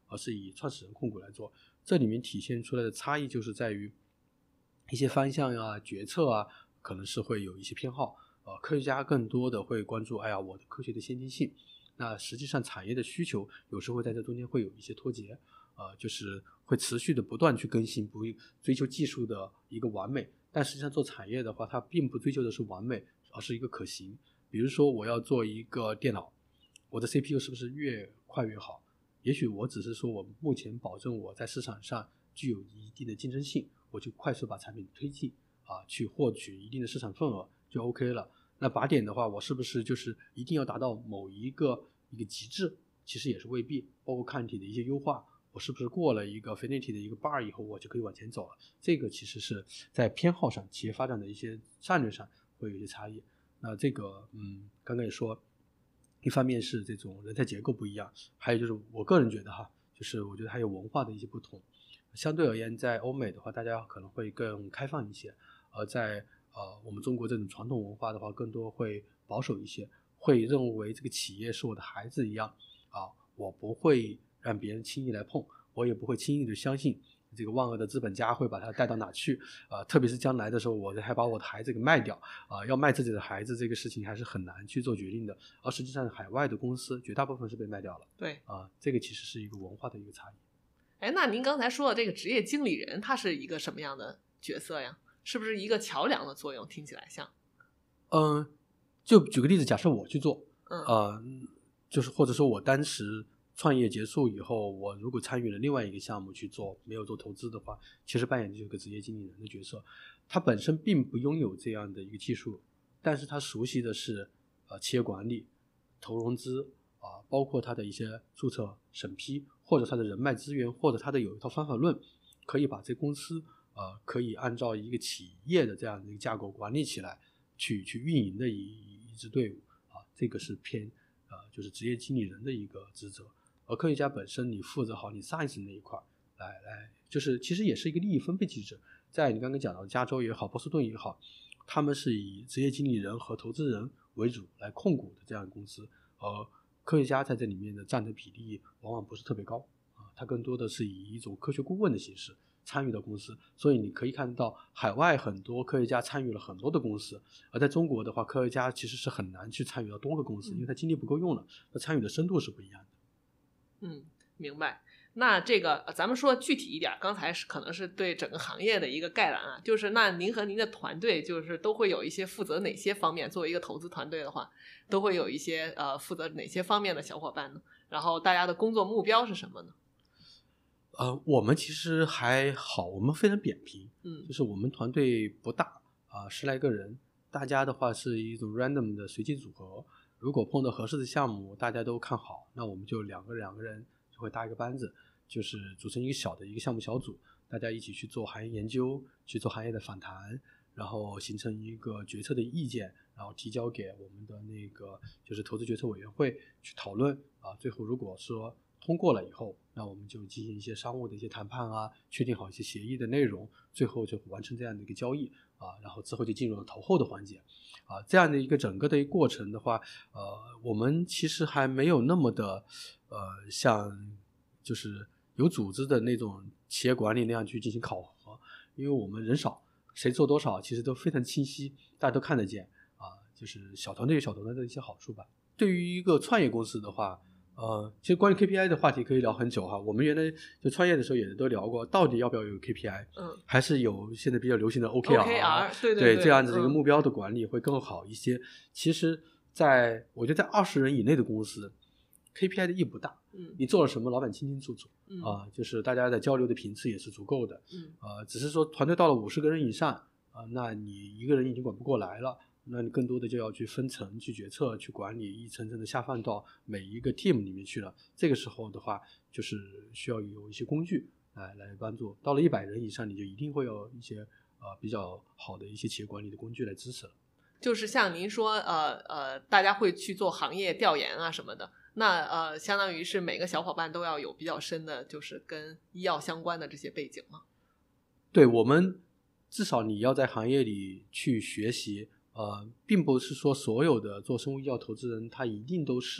而是以创始人控股来做。这里面体现出来的差异就是在于一些方向啊、决策啊，可能是会有一些偏好。呃，科学家更多的会关注，哎呀，我的科学的先进性。那实际上产业的需求有时候会在这中间会有一些脱节，呃，就是会持续的不断去更新，不追求技术的一个完美。但实际上做产业的话，它并不追求的是完美，而是一个可行。比如说我要做一个电脑，我的 C P U 是不是越快越好？也许我只是说我目前保证我在市场上具有一定的竞争性，我就快速把产品推进啊，去获取一定的市场份额就 OK 了。那靶点的话，我是不是就是一定要达到某一个一个极致？其实也是未必。包括抗体的一些优化，我是不是过了一个 affinity 的一个 bar 以后，我就可以往前走了？这个其实是在偏好上，企业发展的一些战略上会有一些差异。那这个嗯，刚刚也说，一方面是这种人才结构不一样，还有就是我个人觉得哈，就是我觉得还有文化的一些不同。相对而言，在欧美的话，大家可能会更开放一些，而在呃，我们中国这种传统文化的话，更多会保守一些，会认为这个企业是我的孩子一样啊，我不会让别人轻易来碰，我也不会轻易的相信这个万恶的资本家会把它带到哪去啊。特别是将来的时候，我还把我的孩子给卖掉啊，要卖自己的孩子这个事情还是很难去做决定的。而实际上，海外的公司绝大部分是被卖掉了。 对啊，这个其实是一个文化的一个差异。 哎，那您刚才说的这个职业经理人，他是一个什么样的角色呀？是不是一个桥梁的作用？听起来像。 嗯，就举个例子，假设我去做， 嗯， 呃，就是或者说我当时创业结束以后，我如果参与了另外一个项目去做，没有做投资的话，其实扮演的就是个职业经理人的角色。他本身并不拥有这样的一个技术，但是他熟悉的是呃企业管理、投融资啊、呃，包括他的一些注册审批，或者他的人脉资源，或者他的有一套方法论，可以把这公司。呃，可以按照一个企业的这样的一个架构管理起来，去去运营的一一支队伍啊，这个是偏呃就是职业经理人的一个职责。而科学家本身，你负责好你 science 那一块，来来，就是其实也是一个利益分配机制。在你刚刚讲到加州也好，波士顿也好，他们是以职业经理人和投资人为主来控股的这样的公司，而科学家在这里面的占的比例往往不是特别高啊，它更多的是以一种科学顾问的形式参与到公司。所以你可以看到海外很多科学家参与了很多的公司，而在中国的话，科学家其实是很难去参与到多个公司，因为他精力不够用了，他参与的深度是不一样的。 嗯，明白。那这个咱们说具体一点，刚才是可能是对整个行业的一个概览啊，就是那您和您的团队就是都会有一些负责哪些方面？作为一个投资团队的话，都会有一些呃负责哪些方面的小伙伴呢？然后大家的工作目标是什么呢？ 呃，我们其实还好，我们非常扁平， 嗯， 就是我们团队不大啊、呃，十来个人，大家的话是一种 random 的随机组合。如果碰到合适的项目，大家都看好，那我们就两个两个人就会搭一个班子，就是组成一个小的一个项目小组，大家一起去做行业研究，去做行业的访谈，然后形成一个决策的意见，然后提交给我们的那个就是投资决策委员会去讨论啊。最后如果说通过了以后，那我们就进行一些商务的一些谈判啊，确定好一些协议的内容，最后就完成这样的一个交易啊，然后之后就进入了投后的环节啊。这样的一个整个的一个过程的话，呃，我们其实还没有那么的呃像就是有组织的那种企业管理那样去进行考核，因为我们人少，谁做多少其实都非常清晰，大家都看得见啊，就是小团队有小团队的一些好处吧。对于一个创业公司的话，呃，其实关于 K P I 的话题可以聊很久哈。我们原来就创业的时候也都聊过，到底要不要有 K P I， 嗯，还是有现在比较流行的 O K R，, OKR 对对对， 这样子一个目标的管理会更好一些。嗯、其实在我觉得在二十人以内的公司 ，K P I 的意义不大。嗯，你做了什么，老板清清楚楚。嗯啊、呃，就是大家的交流的频次也是足够的。嗯，呃，只是说团队到了五十个人以上啊、呃，那你一个人已经管不过来了。那你更多的就要去分层、去决策、去管理，一层层的下放到每一个 team 里面去了。这个时候的话，就是需要有一些工具来来帮助。到了一百人以上，你就一定会有一些呃比较好的一些企业管理的工具来支持了。 就是像您说，呃呃，大家会去做行业调研啊什么的，那呃，相当于是每个小伙伴都要有比较深的，就是跟医药相关的这些背景吗？ 对，我们至少你要在行业里去学习。呃，并不是说所有的做生物医药投资人他一定都是，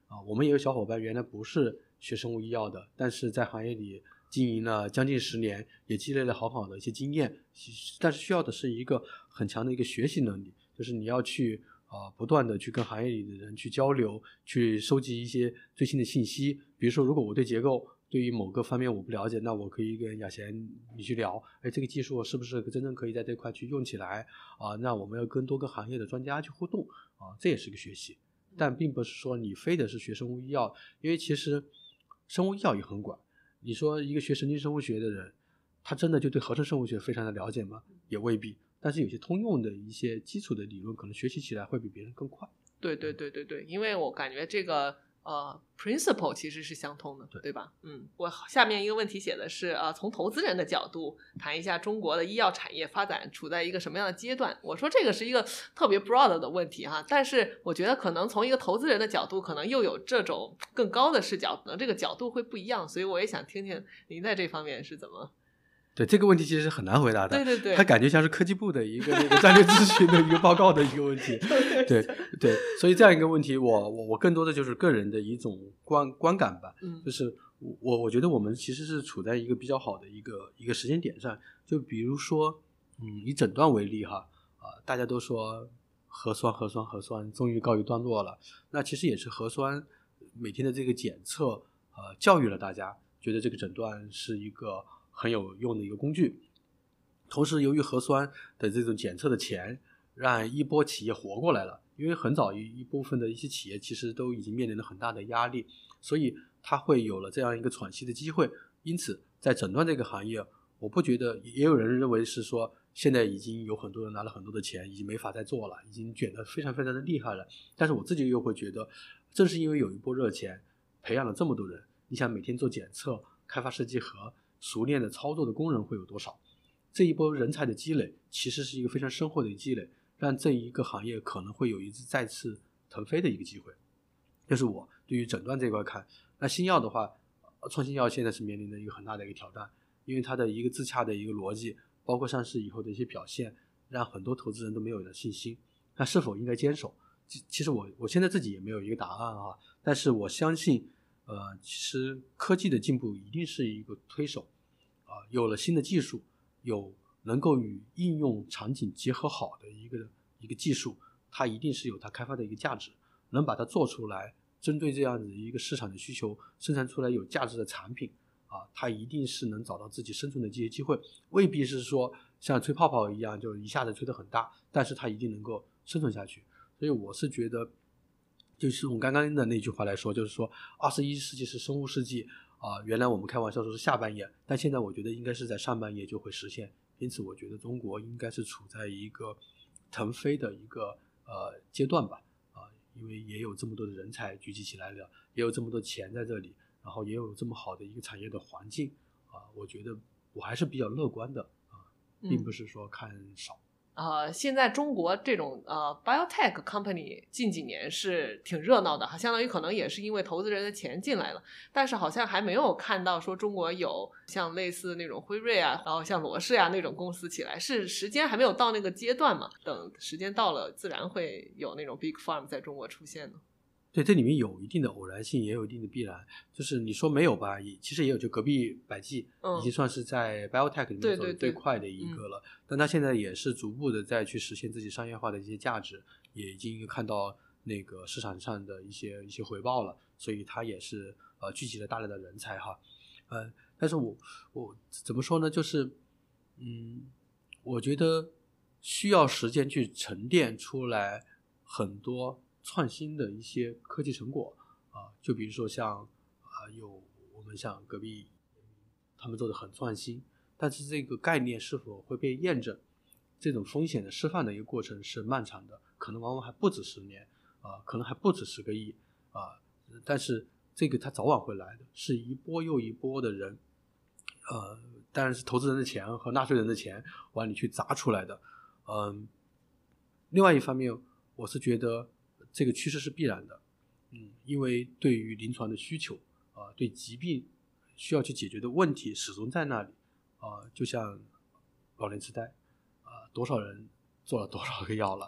啊，我们也有小伙伴原来不是学生物医药的，但是在行业里经营了将近十年，也积累了好好的一些经验，但是需要的是一个很强的一个学习能力，就是你要去啊、呃、不断的去跟行业里的人去交流，去收集一些最新的信息。比如说如果我对结构对于某个方面我不了解，那我可以跟雅贤你去聊，哎，这个技术是不是真正可以在这块去用起来啊？那我们要跟多个行业的专家去互动啊，这也是个学习。但并不是说你非得是学生物医药，因为其实生物医药也很广。你说一个学神经生物学的人，他真的就对合成生物学非常的了解吗？也未必。但是有些通用的一些基础的理论，可能学习起来会比别人更快。 对对对对对，因为我感觉这个呃 principle 其实是相通的， 对, 对吧？嗯，我下面一个问题写的是呃，从投资人的角度谈一下中国的医药产业发展处在一个什么样的阶段。我说这个是一个特别 broad 的问题哈，但是我觉得可能从一个投资人的角度可能又有这种更高的视角，可能这个角度会不一样，所以我也想听听您在这方面是怎么。 对，这个问题其实是很难回答的。 对对对， 它感觉像是科技部的一个那个战略咨询的一个报告的一个问题。对对，所以这样一个问题，我我我更多的就是个人的一种观观感吧。 嗯， 就是我我觉得我们其实是处在一个比较好的一个一个时间点上。就比如说，嗯，以诊断为例哈，啊、呃，大家都说核酸核酸核酸终于告一段落了，那其实也是核酸每天的这个检测，呃，教育了大家，觉得这个诊断是一个很有用的一个工具。同时由于核酸的这种检测的钱，让一波企业活过来了，因为很早一一部分的一些企业其实都已经面临了很大的压力，所以它会有了这样一个喘息的机会。因此在诊断这个行业，我不觉得，也有人认为是说现在已经有很多人拿了很多的钱，已经没法再做了，已经卷得非常非常的厉害了。但是我自己又会觉得，正是因为有一波热钱培养了这么多人，你想每天做检测、开发试剂盒、熟练的操作的工人会有多少？这一波人才的积累其实是一个非常深厚的积累，让这一个行业可能会有一次再次腾飞的一个机会。这是我对于诊断这块看。那新药的话，创新药现在是面临的一个很大的一个挑战，因为它的一个自洽的一个逻辑，包括上市以后的一些表现，让很多投资人都没有了信心。那是否应该坚守？其实我我现在自己也没有一个答案啊，但是我相信呃，其实科技的进步一定是一个推手啊、呃，有了新的技术，有能够与应用场景结合好的一个一个技术，它一定是有它开发的一个价值，能把它做出来，针对这样子一个市场的需求生产出来有价值的产品啊，它一定是能找到自己生存的这些机会，未必是说像吹泡泡一样就一下子吹得很大，但是它一定能够生存下去。所以我是觉得，就是用刚刚的那句话来说，就是说二十一世纪是生物世纪啊、呃，原来我们开玩笑说是下半叶，但现在我觉得应该是在上半叶就会实现。因此我觉得中国应该是处在一个腾飞的一个呃阶段吧啊、呃，因为也有这么多的人才聚集起来了，也有这么多钱在这里，然后也有这么好的一个产业的环境啊、呃，我觉得我还是比较乐观的啊、呃，并不是说看少。嗯呃，现在中国这种呃 biotech company 近几年是挺热闹的哈，相当于可能也是因为投资人的钱进来了，但是好像还没有看到说中国有像类似那种辉瑞啊，然后像罗氏啊那种公司起来，是时间还没有到那个阶段嘛？等时间到了，自然会有那种 big farm 在中国出现的。 对，这里面有一定的偶然性，也有一定的必然。就是你说没有吧，也其实也有，就隔壁百济、嗯、已经算是在 biotech 里面走的最快的一个了，对对对、嗯、但它现在也是逐步的在去实现自己商业化的一些价值，也已经看到那个市场上的一些一些回报了，所以它也是呃聚集了大量的人才哈。呃，但是我我怎么说呢？就是嗯，我觉得需要时间去沉淀出来很多创新的一些科技成果啊、呃，就比如说像啊、呃、有我们像隔壁他们做的很创新，但是这个概念是否会被验证，这种风险的释放的一个过程是漫长的，可能往往还不止十年啊、呃，可能还不止十个亿啊、呃，但是这个它早晚会来的，是一波又一波的人，呃，当然是投资人的钱和纳税人的钱往里去砸出来的，嗯、呃，另外一方面，我是觉得这个趋势是必然的，嗯，因为对于临床的需求啊、呃，对疾病需要去解决的问题始终在那里啊、呃，就像老年痴呆啊、呃，多少人做了多少个药了，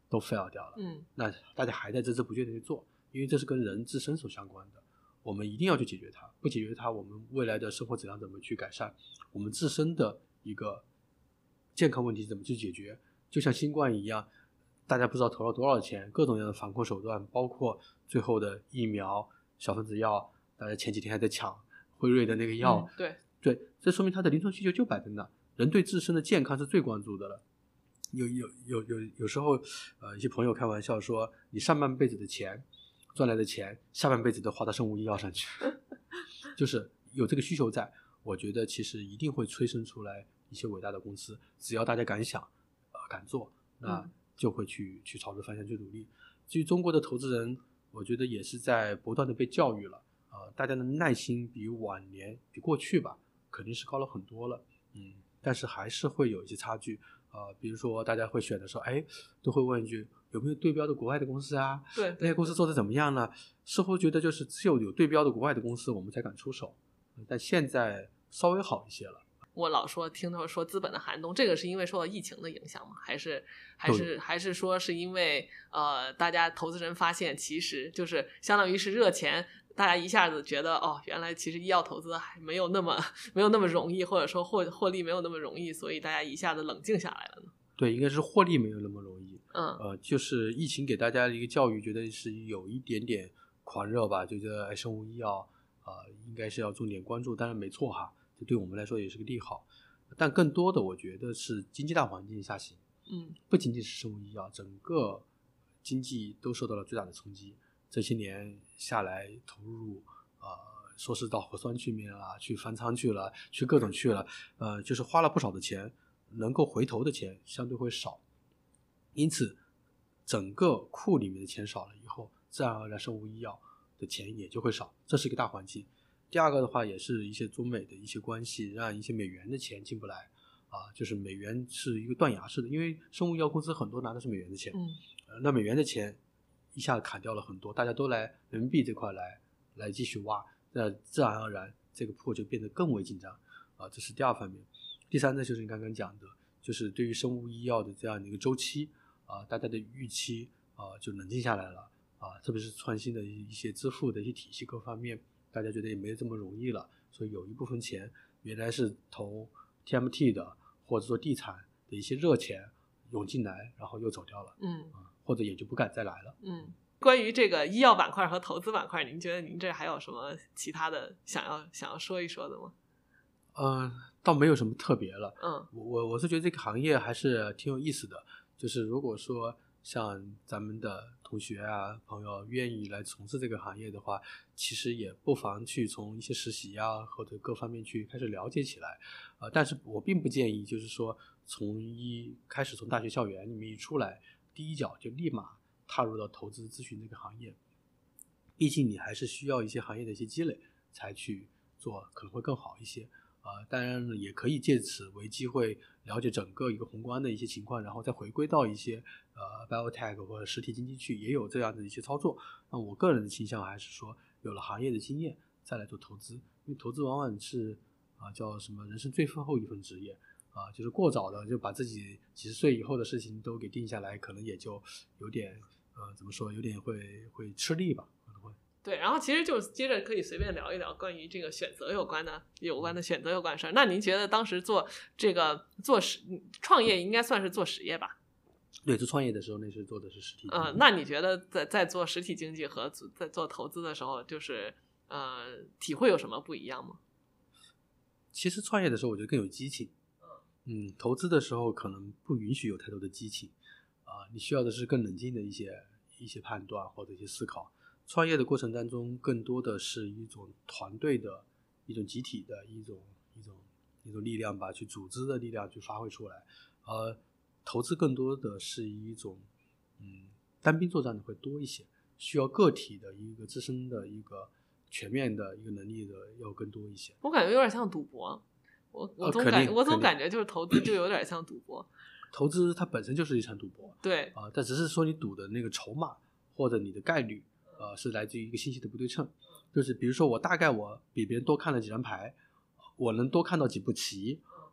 都 fail 掉了， 嗯， 那大家还在孜孜不倦的去做，因为这是跟人自身所相关的，我们一定要去解决它，不解决它，我们未来的生活质量怎么去改善，我们自身的一个健康问题怎么去解决。就像新冠一样，大家不知道投了多少钱，各种各样的防控手段，包括最后的疫苗、小分子药，大家前几天还在抢辉瑞的那个药， 嗯、对对，这说明它的临床需求就摆在那，人对自身的健康是最关注的了。有有有有有时候，呃，一些朋友开玩笑说，你上半辈子的钱赚来的钱，下半辈子都花到生物医药上去，就是有这个需求在，我觉得其实一定会催生出来一些伟大的公司，只要大家敢想，呃，敢做，那就会去去朝着方向去努力。至于中国的投资人，我觉得也是在不断的被教育了，呃，大家的耐心比往年比过去吧，肯定是高了很多了，嗯，但是还是会有一些差距。呃，比如说大家会选的时候，哎，都会问一句有没有对标的国外的公司啊？ 对， 那些公司做的怎么样呢？似乎觉得就是只有有对标的国外的公司，我们才敢出手。但现在稍微好一些了。 我老说听他们说资本的寒冬，这个是因为受到疫情的影响吗？还是还是还是说是因为呃，大家投资人发现其实就是相当于是热钱。大家一下子觉得哦，原来其实医药投资还没有那么没有那么容易，或者说获获利没有那么容易，所以大家一下子冷静下来了呢？ 对，应该是获利没有那么容易。 嗯， 呃，就是疫情给大家的一个教育，觉得是有一点点狂热吧，就觉得生物医药呃应该是要重点关注，当然没错哈，这对我们来说也是个利好。但更多的我觉得是经济大环境下行， 嗯， 不仅仅是生物医药，整个经济都受到了最大的冲击。这些年下来投入呃，说是到核酸去面了，去翻仓去了，去各种去了，呃，就是花了不少的钱，能够回头的钱相对会少，因此整个库里面的钱少了以后，自然而然生物医药的钱也就会少，这是一个大环境。第二个的话，也是一些中美的一些关系，让一些美元的钱进不来啊，就是美元是一个断崖式的，因为生物医药公司很多拿的是美元的钱， 嗯， 呃、那美元的钱一下砍掉了很多，大家都来人民币这块来来继续挖，那自然而然这个破就变得更为紧张啊，这是第二方面。第三呢，就是你刚刚讲的，就是对于生物医药的这样的一个周期啊，大家的预期啊就冷静下来了啊，特别是创新的一些支付的一些体系各方面，大家觉得也没这么容易了，所以有一部分钱原来是投 T M T 的或者说地产的一些热钱涌进来，然后又走掉了， 嗯， 啊，或者也就不敢再来了。 嗯，关于这个医药板块和投资板块，您觉得您这还有什么其他的想要想要说一说的吗？ 嗯，倒没有什么特别了。 嗯， 我我是觉得这个行业还是挺有意思的。就是如果说像咱们的同学啊朋友愿意来从事这个行业的话，其实也不妨去从一些实习啊或者各方面去开始了解起来。呃，但是我并不建议就是说从一开始从大学校园里面一出来，第一脚就立马踏入到投资咨询这个行业。毕竟你还是需要一些行业的一些积累才去做，可能会更好一些。呃，当然也可以借此为机会了解整个一个宏观的一些情况，然后再回归到一些呃 biotech 或者实体经济去，也有这样的一些操作。那我个人的倾向还是说，有了行业的经验再来做投资，因为投资往往是啊、呃、叫什么人生最后一份职业啊、呃，就是过早的就把自己几十岁以后的事情都给定下来，可能也就有点呃怎么说，有点会会吃力吧，可能会。 对，然后其实就接着可以随便聊一聊关于这个选择有关的有关的选择有关的事儿。那您觉得当时做这个做实创业应该算是做实业吧？ 对，做创业的时候那是做的是实体经济。 呃，那你觉得在在做实体经济和在做投资的时候，就是呃体会有什么不一样吗？ 其实创业的时候我觉得更有激情，嗯，投资的时候可能不允许有太多的激情啊、呃，你需要的是更冷静的一些一些判断或者一些思考。创业的过程当中，更多的是一种团队的一种集体的一种一种一种力量吧，去组织的力量去发挥出来。呃，投资更多的是一种嗯单兵作战的会多一些，需要个体的一个自身的一个全面的一个能力的要更多一些。 我感觉有点像赌博，我我总感、呃、我总感觉就是投资就有点像赌博。 投资它本身就是一场赌博， 对啊、呃，但只是说你赌的那个筹码或者你的概率。呃，是来自于一个信息的不对称，就是比如说我大概我比别人多看了几张牌，我能多看到几步棋，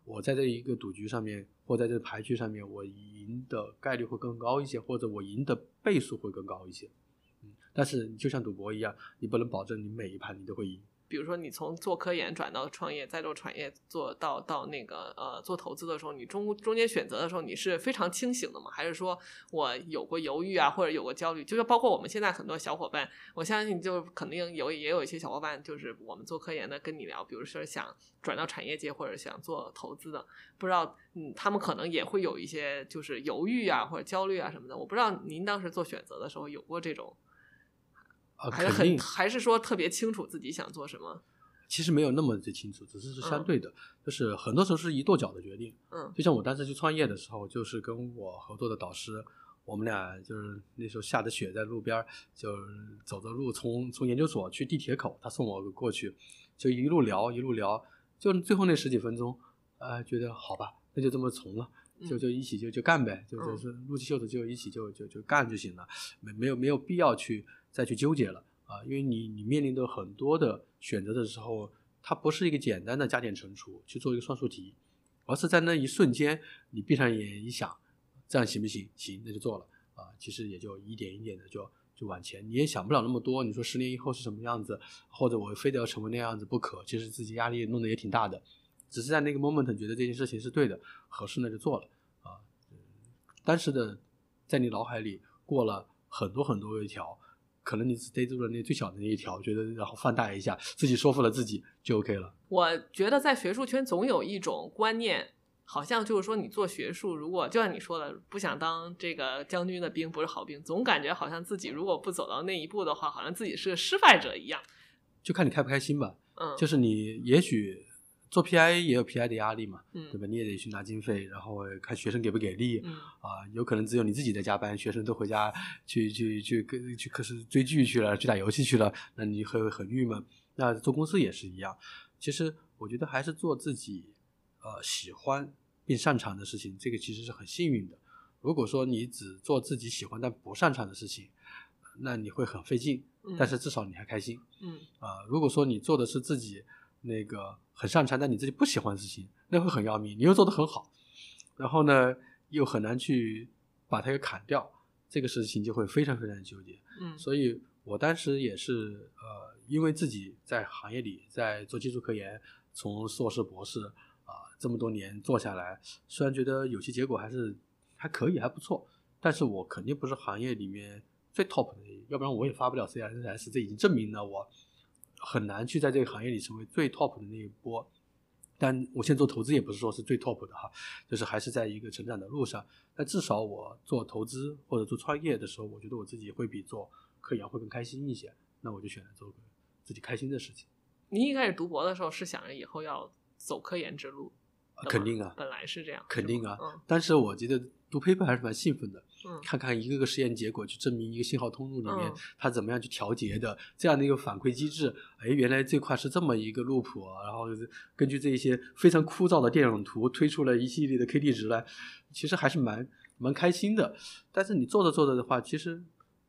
我在这一个赌局上面或在这个牌局上面，我赢的概率会更高一些，或者我赢的倍数会更高一些。嗯，但是就像赌博一样，你不能保证你每一盘你都会赢。 比如说你从做科研转到创业，再做创业做到到那个呃做投资的时候，你中中间选择的时候你是非常清醒的吗？还是说我有过犹豫啊，或者有过焦虑？就是包括我们现在很多小伙伴，我相信就肯定有也有一些小伙伴，就是我们做科研的跟你聊，比如说想转到产业界或者想做投资的，不知道嗯他们可能也会有一些就是犹豫啊或者焦虑啊什么的。我不知道您当时做选择的时候有过这种。 啊， 还是很还是说特别清楚自己想做什么？ 其实没有那么的清楚，只是是相对的、嗯、就是很多时候是一跺脚的决定。 嗯， 就像我当时去创业的时候，就是跟我合作的导师，我们俩就是那时候下着雪在路边，就走着路从从研究所去地铁口，他送我过去，就一路聊一路聊，就最后那十几分钟，呃，觉得好吧，那就这么从了。就就一起就就干呗，就就是撸起袖子就一起就就就干就行了，没没有没有必要去再去纠结了啊，因为你你面临的很多的选择的时候，它不是一个简单的加减乘除去做一个算术题，而是在那一瞬间你闭上眼一想，这样行不行？行，那就做了啊。其实也就一点一点的就就往前，你也想不了那么多。你说十年以后是什么样子，或者我非得要成为那样子不可，其实自己压力弄得也挺大的。只是在那个 moment 觉得这件事情是对的，合适那就做了啊。当时的在你脑海里过了很多很多一条，可能你只逮住了那最小的那一条，觉得然后放大一下，自己说服了自己就 OK 了。 我觉得在学术圈总有一种观念，好像就是说你做学术，如果就像你说的，不想当这个将军的兵不是好兵，总感觉好像自己如果不走到那一步的话，好像自己是个失败者一样。 就看你开不开心吧。 嗯， 就是你也许做 P I 也有 P I 的压力嘛， 嗯， 对吧？你也得去拿经费，然后看学生给不给力， 嗯啊，有可能只有你自己在加班，学生都回家去去去去去课室追剧去了，去打游戏去了，那你会很郁闷。那做公司也是一样。其实我觉得还是做自己呃喜欢并擅长的事情，这个其实是很幸运的。如果说你只做自己喜欢但不擅长的事情，那你会很费劲，但是至少你还开心。 嗯啊、呃，如果说你做的是自己那个很擅长但你自己不喜欢的事情，那会很要命，你又做得很好，然后呢又很难去把它给砍掉，这个事情就会非常非常纠结。 嗯， 所以我当时也是呃，因为自己在行业里在做技术科研，从硕士博士啊、呃、这么多年做下来，虽然觉得有些结果还是还可以还不错，但是我肯定不是行业里面最 top 的，要不然我也发不了 C S S， 这已经证明了我很难去在这个行业里成为最 top 的那一波。但我现在做投资也不是说是最 top 的哈，就是还是在一个成长的路上。但至少我做投资或者做创业的时候，我觉得我自己会比做科研会更开心一些，那我就选择做个自己开心的事情。 你一开始读博的时候是想着以后要走科研之路？ 肯定啊， 本来是这样， 肯定啊。 嗯， 但是我觉得读 paper 还是蛮兴奋的， 嗯， 看看一个个实验结果，去证明一个信号通路里面、 嗯、 它怎么样去调节的，这样的一个反馈机制。哎，原来这块是这么一个路谱，然后根据这一些非常枯燥的电泳图推出了一系列的 K D 值来，其实还是蛮蛮开心的。但是你做着做着的话，其实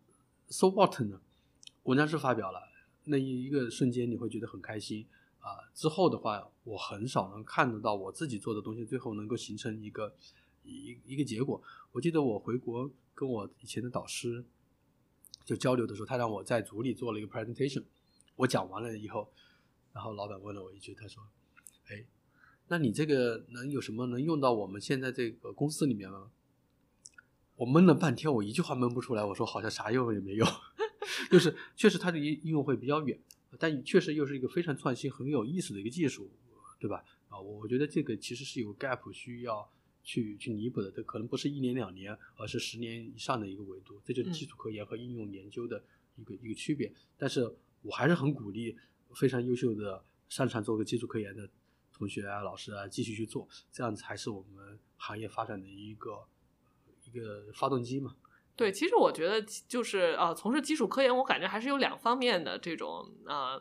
so what 呢？文章是发表了，那一个瞬间你会觉得很开心。啊，之后的话，我很少能看得到我自己做的东西最后能够形成一个一一个结果。我记得我回国跟我以前的导师就交流的时候，他让我在组里做了一个 presentation， 我讲完了以后，然后老板问了我一句，他说：“哎，那你这个能有什么能用到我们现在这个公司里面吗？”我闷了半天，我一句话闷不出来，我说好像啥用也没有，就是确实它的应用会比较远。但确实又是一个非常创新很有意思的一个技术，对吧？啊，我觉得这个其实是有 gap 需要去去弥补的，这可能不是一年两年，而是十年以上的一个维度，这就是基础科研和应用研究的一个、嗯、一个区别。但是我还是很鼓励非常优秀的擅长做个基础科研的同学啊、老师啊继续去做，这样才是我们行业发展的一个一个发动机嘛。 对，其实我觉得就是呃，从事基础科研，我感觉还是有两方面的这种呃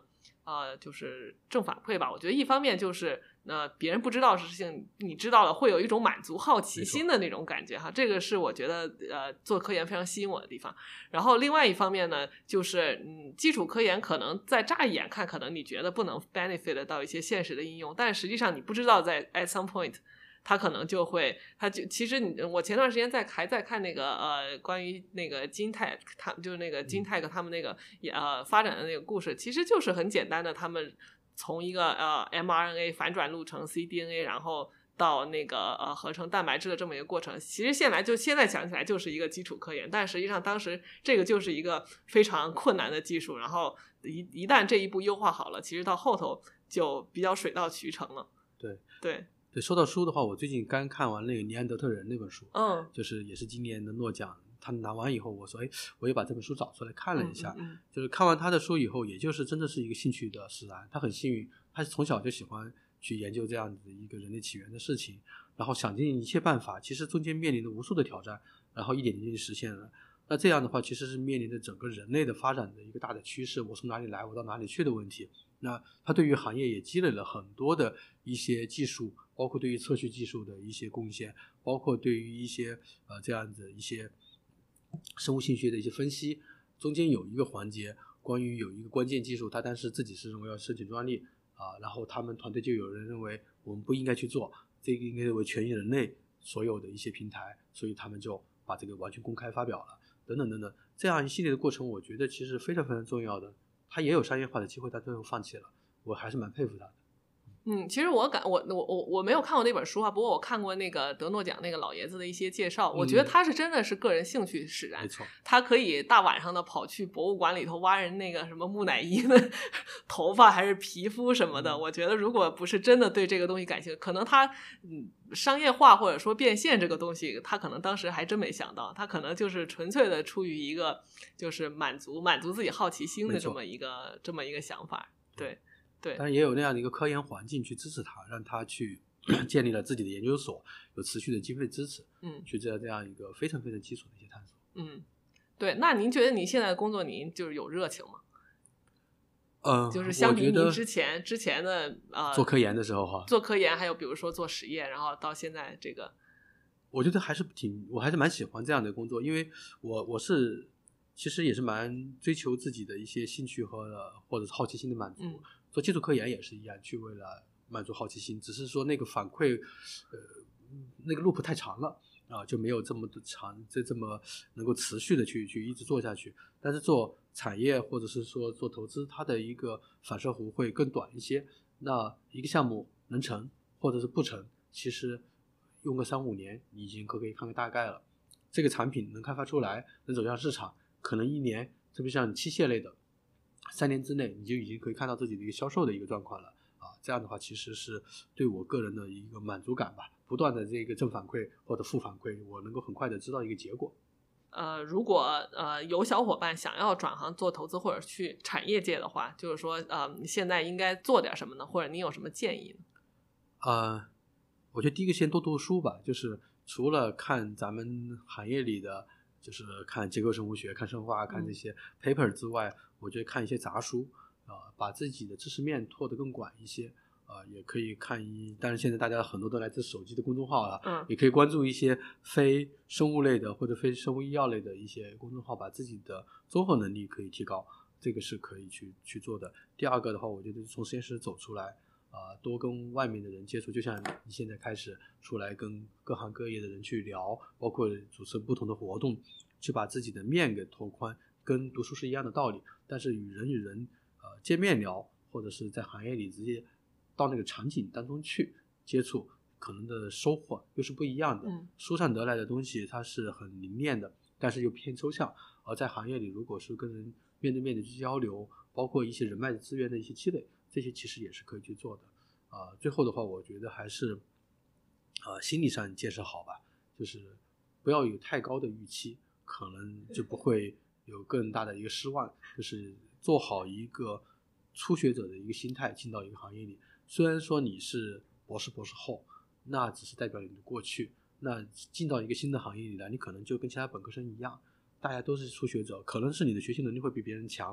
呃，就是正反馈吧。我觉得一方面就是呃，别人不知道的事情你知道了，会有一种满足好奇心的那种感觉哈，这个是我觉得呃做科研非常吸引我的地方。然后另外一方面呢，就是嗯，基础科研可能在乍一眼看，可能你觉得不能 benefit 到一些现实的应用，但实际上你不知道在 at some point。他可能就会，他就其实你，我前段时间在还在看那个呃，关于那个金泰，他就是那个金泰克他们那个呃发展的那个故事，其实就是很简单的，他们从一个呃 mRNA 反转录成 cDNA， 然后到那个呃合成蛋白质的这么一个过程。其实现在就现在想起来就是一个基础科研，但实际上当时这个就是一个非常困难的技术，然后一一旦这一步优化好了，其实到后头就比较水到渠成了。 对对。 对，说到书的话，我最近刚看完那个《尼安德特人》那本书， 嗯， 就是也是今年的诺奖，他拿完以后，我说，哎，我也把这本书找出来看了一下， 嗯嗯嗯就是看完他的书以后，也就是真的是一个兴趣的使然。他很幸运，他从小就喜欢去研究这样子一个人类起源的事情，然后想尽一切办法，其实中间面临着无数的挑战，然后一点点就实现了。那这样的话，其实是面临着整个人类的发展的一个大的趋势，我从哪里来，我到哪里去的问题。那他对于行业也积累了很多的一些技术，包括对于测序技术的一些贡献，包括对于一些呃这样子一些生物性学的一些分析。中间有一个环节，关于有一个关键技术，他当时自己是认为要申请专利啊，然后他们团队就有人认为我们不应该去做，这个应该为全人类所有的一些平台，所以他们就把这个完全公开发表了，等等等等，这样一系列的过程，我觉得其实非常非常重要的。他也有商业化的机会，但最后放弃了，我还是蛮佩服他的。 嗯，其实我感我我我我没有看过那本书啊，不过我看过那个得诺奖那个老爷子的一些介绍，我觉得他是真的是个人兴趣使然， 没错， 他可以大晚上的跑去博物馆里头挖人那个什么木乃伊的头发还是皮肤什么的， 嗯、 我觉得如果不是真的对这个东西感兴趣，可能他嗯商业化或者说变现这个东西，他可能当时还真没想到，他可能就是纯粹的出于一个就是满足满足自己好奇心的这么一个这么一个想法，对。对， 但也有那样的一个科研环境去支持他，让他去建立了自己的研究所，有持续的经费支持， 嗯， 去做这样一个非常非常基础的一些探索。 嗯，对。那您觉得您现在的工作，您就是有热情吗？ 呃， 就是相比您之前之前的呃做科研的时候哈， 做科研还有比如说做实验，然后到现在这个， 我觉得还是挺，我还是蛮喜欢这样的工作，因为我我是其实也是蛮追求自己的一些兴趣和或者是好奇心的满足。 嗯做基础科研也是一样，去为了满足好奇心，只是说那个反馈，呃，那个 loop 太长了啊，就没有这么的长，这这么能够持续的去去一直做下去。但是做产业或者是说做投资，它的一个反射弧会更短一些。那一个项目能成或者是不成，其实用个三五年，你已经可以看个大概了。这个产品能开发出来，能走向市场，可能一年，特别像器械类的。三年之内你就已经可以看到自己的一个销售的一个状况了啊，这样的话其实是对我个人的一个满足感吧，不断的这个正反馈或者负反馈，我能够很快的知道一个结果。 呃，如果呃有小伙伴想要转行做投资或者去产业界的话，就是说呃你现在应该做点什么呢？或者你有什么建议呢？ 呃，我觉得第一个先多读书吧，就是除了看咱们行业里的就是看结构生物学、看生化、看这些 paper 之外，嗯、我觉得看一些杂书啊、呃，把自己的知识面拓得更广一些啊、呃，也可以看一，当然现在大家很多都来自手机的公众号了， 嗯， 也可以关注一些非生物类的或者非生物医药类的一些公众号，把自己的综合能力可以提高，这个是可以去去做的。第二个的话，我觉得从实验室走出来。啊、呃，多跟外面的人接触，就像你现在开始出来跟各行各业的人去聊，包括主持不同的活动，去把自己的面给拓宽，跟读书是一样的道理。但是与人与人呃见面聊，或者是在行业里直接到那个场景当中去接触，可能的收获又是不一样的。 嗯， 书上得来的东西它是很凝练的，但是又偏抽象。而在行业里，如果是跟人面对面的去交流，包括一些人脉的资源的一些积累，这些其实也是可以去做的。啊、呃，最后的话，我觉得还是啊、呃、心理上建设好吧，就是不要有太高的预期，可能就不会有更大的一个失望。就是做好一个初学者的一个心态，进到一个行业里。虽然说你是博士、博士后，那只是代表你的过去。那进到一个新的行业里来，你可能就跟其他本科生一样，大家都是初学者，可能是你的学习能力会比别人强，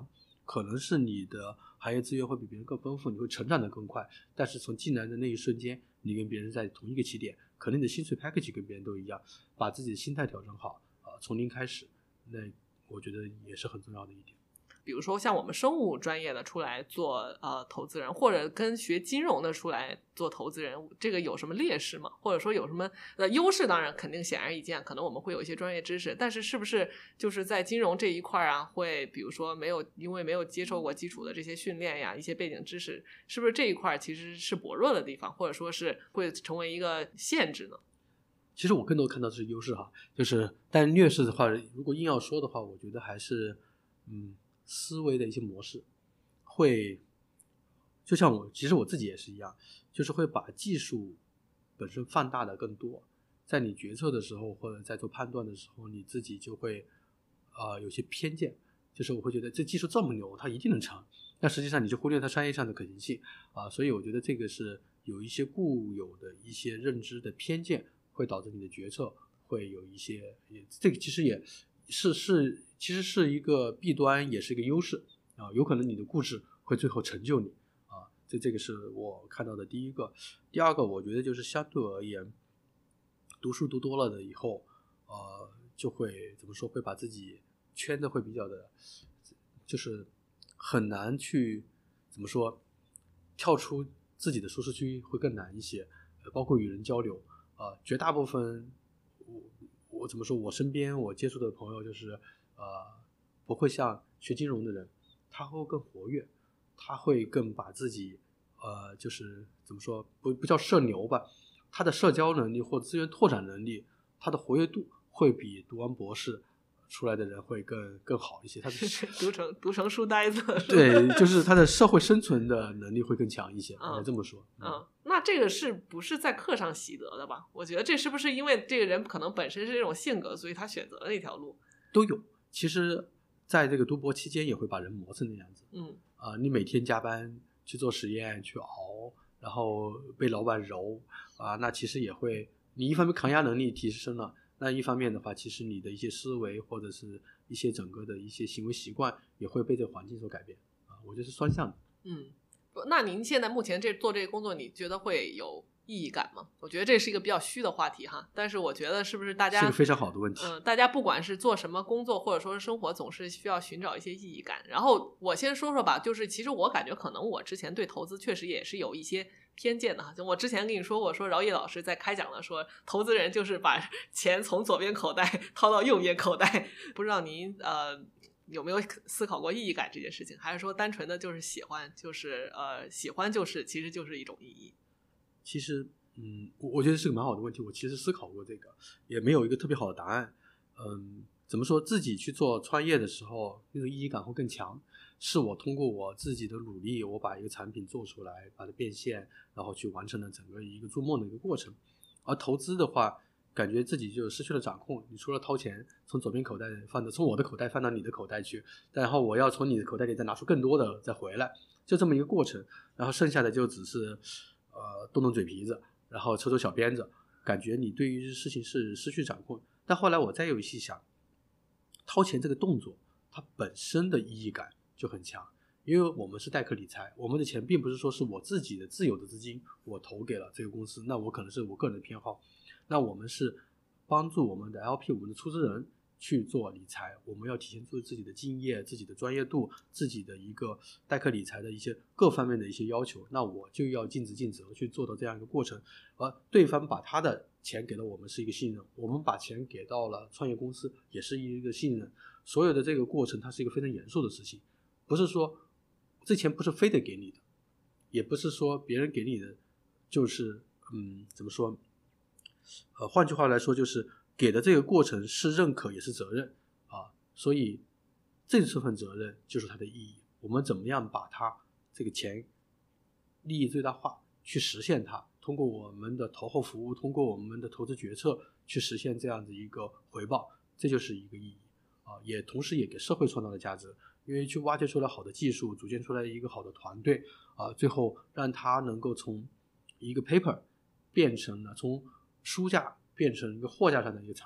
可能是你的行业资源会比别人更丰富，你会成长得更快，但是从进来的那一瞬间，你跟别人在同一个起点，可能你的薪水 package 跟别人都一样，把自己的心态调整好，呃，从零开始，那我觉得也是很重要的一点。 比如说像我们生物专业的出来做呃投资人，或者跟学金融的出来做投资人，这个有什么劣势吗？或者说有什么呃优势？当然肯定显而易见，可能我们会有一些专业知识，但是是不是就是在金融这一块啊，会比如说没有因为没有接受过基础的这些训练呀，一些背景知识，是不是这一块其实是薄弱的地方，或者说是会成为一个限制呢？ 其实我更多看到的是优势哈，就是但劣势的话，如果硬要说的话，我觉得还是嗯。思维的一些模式会就像我其实我自己也是一样，就是会把技术本身放大的更多，在你决策的时候或者在做判断的时候，你自己就会呃有些偏见，就是我会觉得这技术这么牛它一定能成，但实际上你就忽略它商业上的可行性啊、呃，所以我觉得这个是有一些固有的一些认知的偏见，会导致你的决策会有一些也这个其实也是是其实是一个弊端，也是一个优势啊，有可能你的固执会最后成就你啊，这这个是我看到的第一个。第二个，我觉得就是相对而言，读书读多了的以后，呃，就会怎么说，会把自己圈的会比较的，就是很难去怎么说，跳出自己的舒适区会更难一些，呃、包括与人交流啊、呃，绝大部分我我怎么说，我身边我接触的朋友就是。呃，不会像学金融的人，他会更活跃，他会更把自己，呃，就是怎么说，不不叫社牛吧，他的社交能力或资源拓展能力，他的活跃度会比读完博士出来的人会更更好一些。他的读成读成书呆子， 对，就是他的社会生存的能力会更强一些，应该这么说。 嗯，嗯那这个是不是在课上习得的吧？我觉得这是不是因为这个人可能本身是这种性格，所以他选择了一条路？ 都有。其实在这个读博期间也会把人磨成那样子， 嗯啊、呃，你每天加班去做实验去熬，然后被老板揉啊、呃，那其实也会，你一方面抗压能力提升了，那一方面的话，其实你的一些思维或者是一些整个的一些行为习惯也会被这个环境所改变啊、呃，我觉得是双向的。 嗯，那您现在目前这做这个工作，你觉得会有意义感吗？我觉得这是一个比较虚的话题哈，但是我觉得是不是大家是个非常好的问题。 嗯、呃，大家不管是做什么工作或者说是生活，总是需要寻找一些意义感。然后我先说说吧，就是其实我感觉可能我之前对投资确实也是有一些偏见的哈。就我之前跟你说过，说饶毅老师在开讲的说，投资人就是把钱从左边口袋掏到右边口袋。不知道您呃有没有思考过意义感这件事情，还是说单纯的就是喜欢，就是呃喜欢就是其实就是一种意义？ 其实，嗯，我我觉得是个蛮好的问题。我其实思考过这个，也没有一个特别好的答案。嗯，怎么说，自己去做创业的时候，那种意义感会更强。是我通过我自己的努力，我把一个产品做出来，把它变现，然后去完成了整个一个做梦的一个过程。而投资的话，感觉自己就失去了掌控。你除了掏钱从左边口袋放到，从我的口袋放到你的口袋去，然后我要从你的口袋里再拿出更多的再回来，就这么一个过程。然后剩下的就只是。呃，动动嘴皮子，然后抽抽小鞭子，感觉你对于事情是失去掌控。但后来我再有细想，掏钱这个动作，它本身的意义感就很强，因为我们是代客理财，我们的钱并不是说是我自己的自有的资金，我投给了这个公司，那我可能是我个人的偏好，那我们是帮助我们的 L P， 我们的出资人去做理财，我们要体现出自己的敬业、自己的专业度、自己的一个代客理财的一些各方面的一些要求，那我就要尽职尽责去做到这样一个过程。而对方把他的钱给了我们是一个信任，我们把钱给到了创业公司也是一个信任，所有的这个过程它是一个非常严肃的事情，不是说这钱不是非得给你的，也不是说别人给你的就是嗯怎么说呃，换句话来说就是给的这个过程是认可也是责任啊，所以这这份责任就是它的意义。我们怎么样把它这个钱利益最大化去实现它，通过我们的投后服务，通过我们的投资决策去实现这样的一个回报，这就是一个意义啊，也同时也给社会创造了价值，因为去挖掘出来好的技术，组建出来一个好的团队啊，最后让它能够从一个 paper 变成了从书架变成一个货架上的一个产品，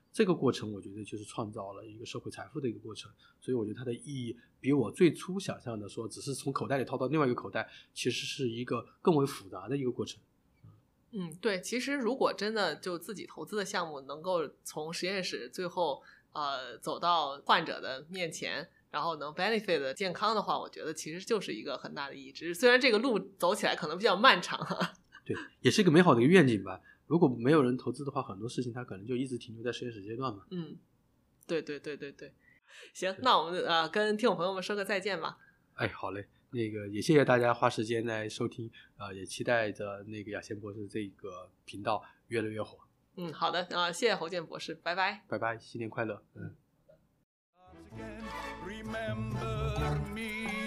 这个过程我觉得就是创造了一个社会财富的一个过程，所以我觉得它的意义比我最初想象的说只是从口袋里掏到另外一个口袋，其实是一个更为复杂的一个过程。 嗯，对，其实如果真的就自己投资的项目能够从实验室最后呃走到患者的面前，然后能 benefit 的健康的话，我觉得其实就是一个很大的意义。只是虽然这个路走起来可能比较漫长啊， 对，也是一个美好的一个愿景吧。如果没有人投资的话，很多事情它可能就一直停留在实验室阶段嘛。 嗯，对对对对对。行，那我们呃跟听众朋友们说个再见吧。 哎，好嘞，那个也谢谢大家花时间来收听，呃，也期待着那个雅贤博士这个频道越来越火。 嗯，好的，呃，谢谢侯健博士，拜拜， 拜拜，新年快乐。嗯。 Remember me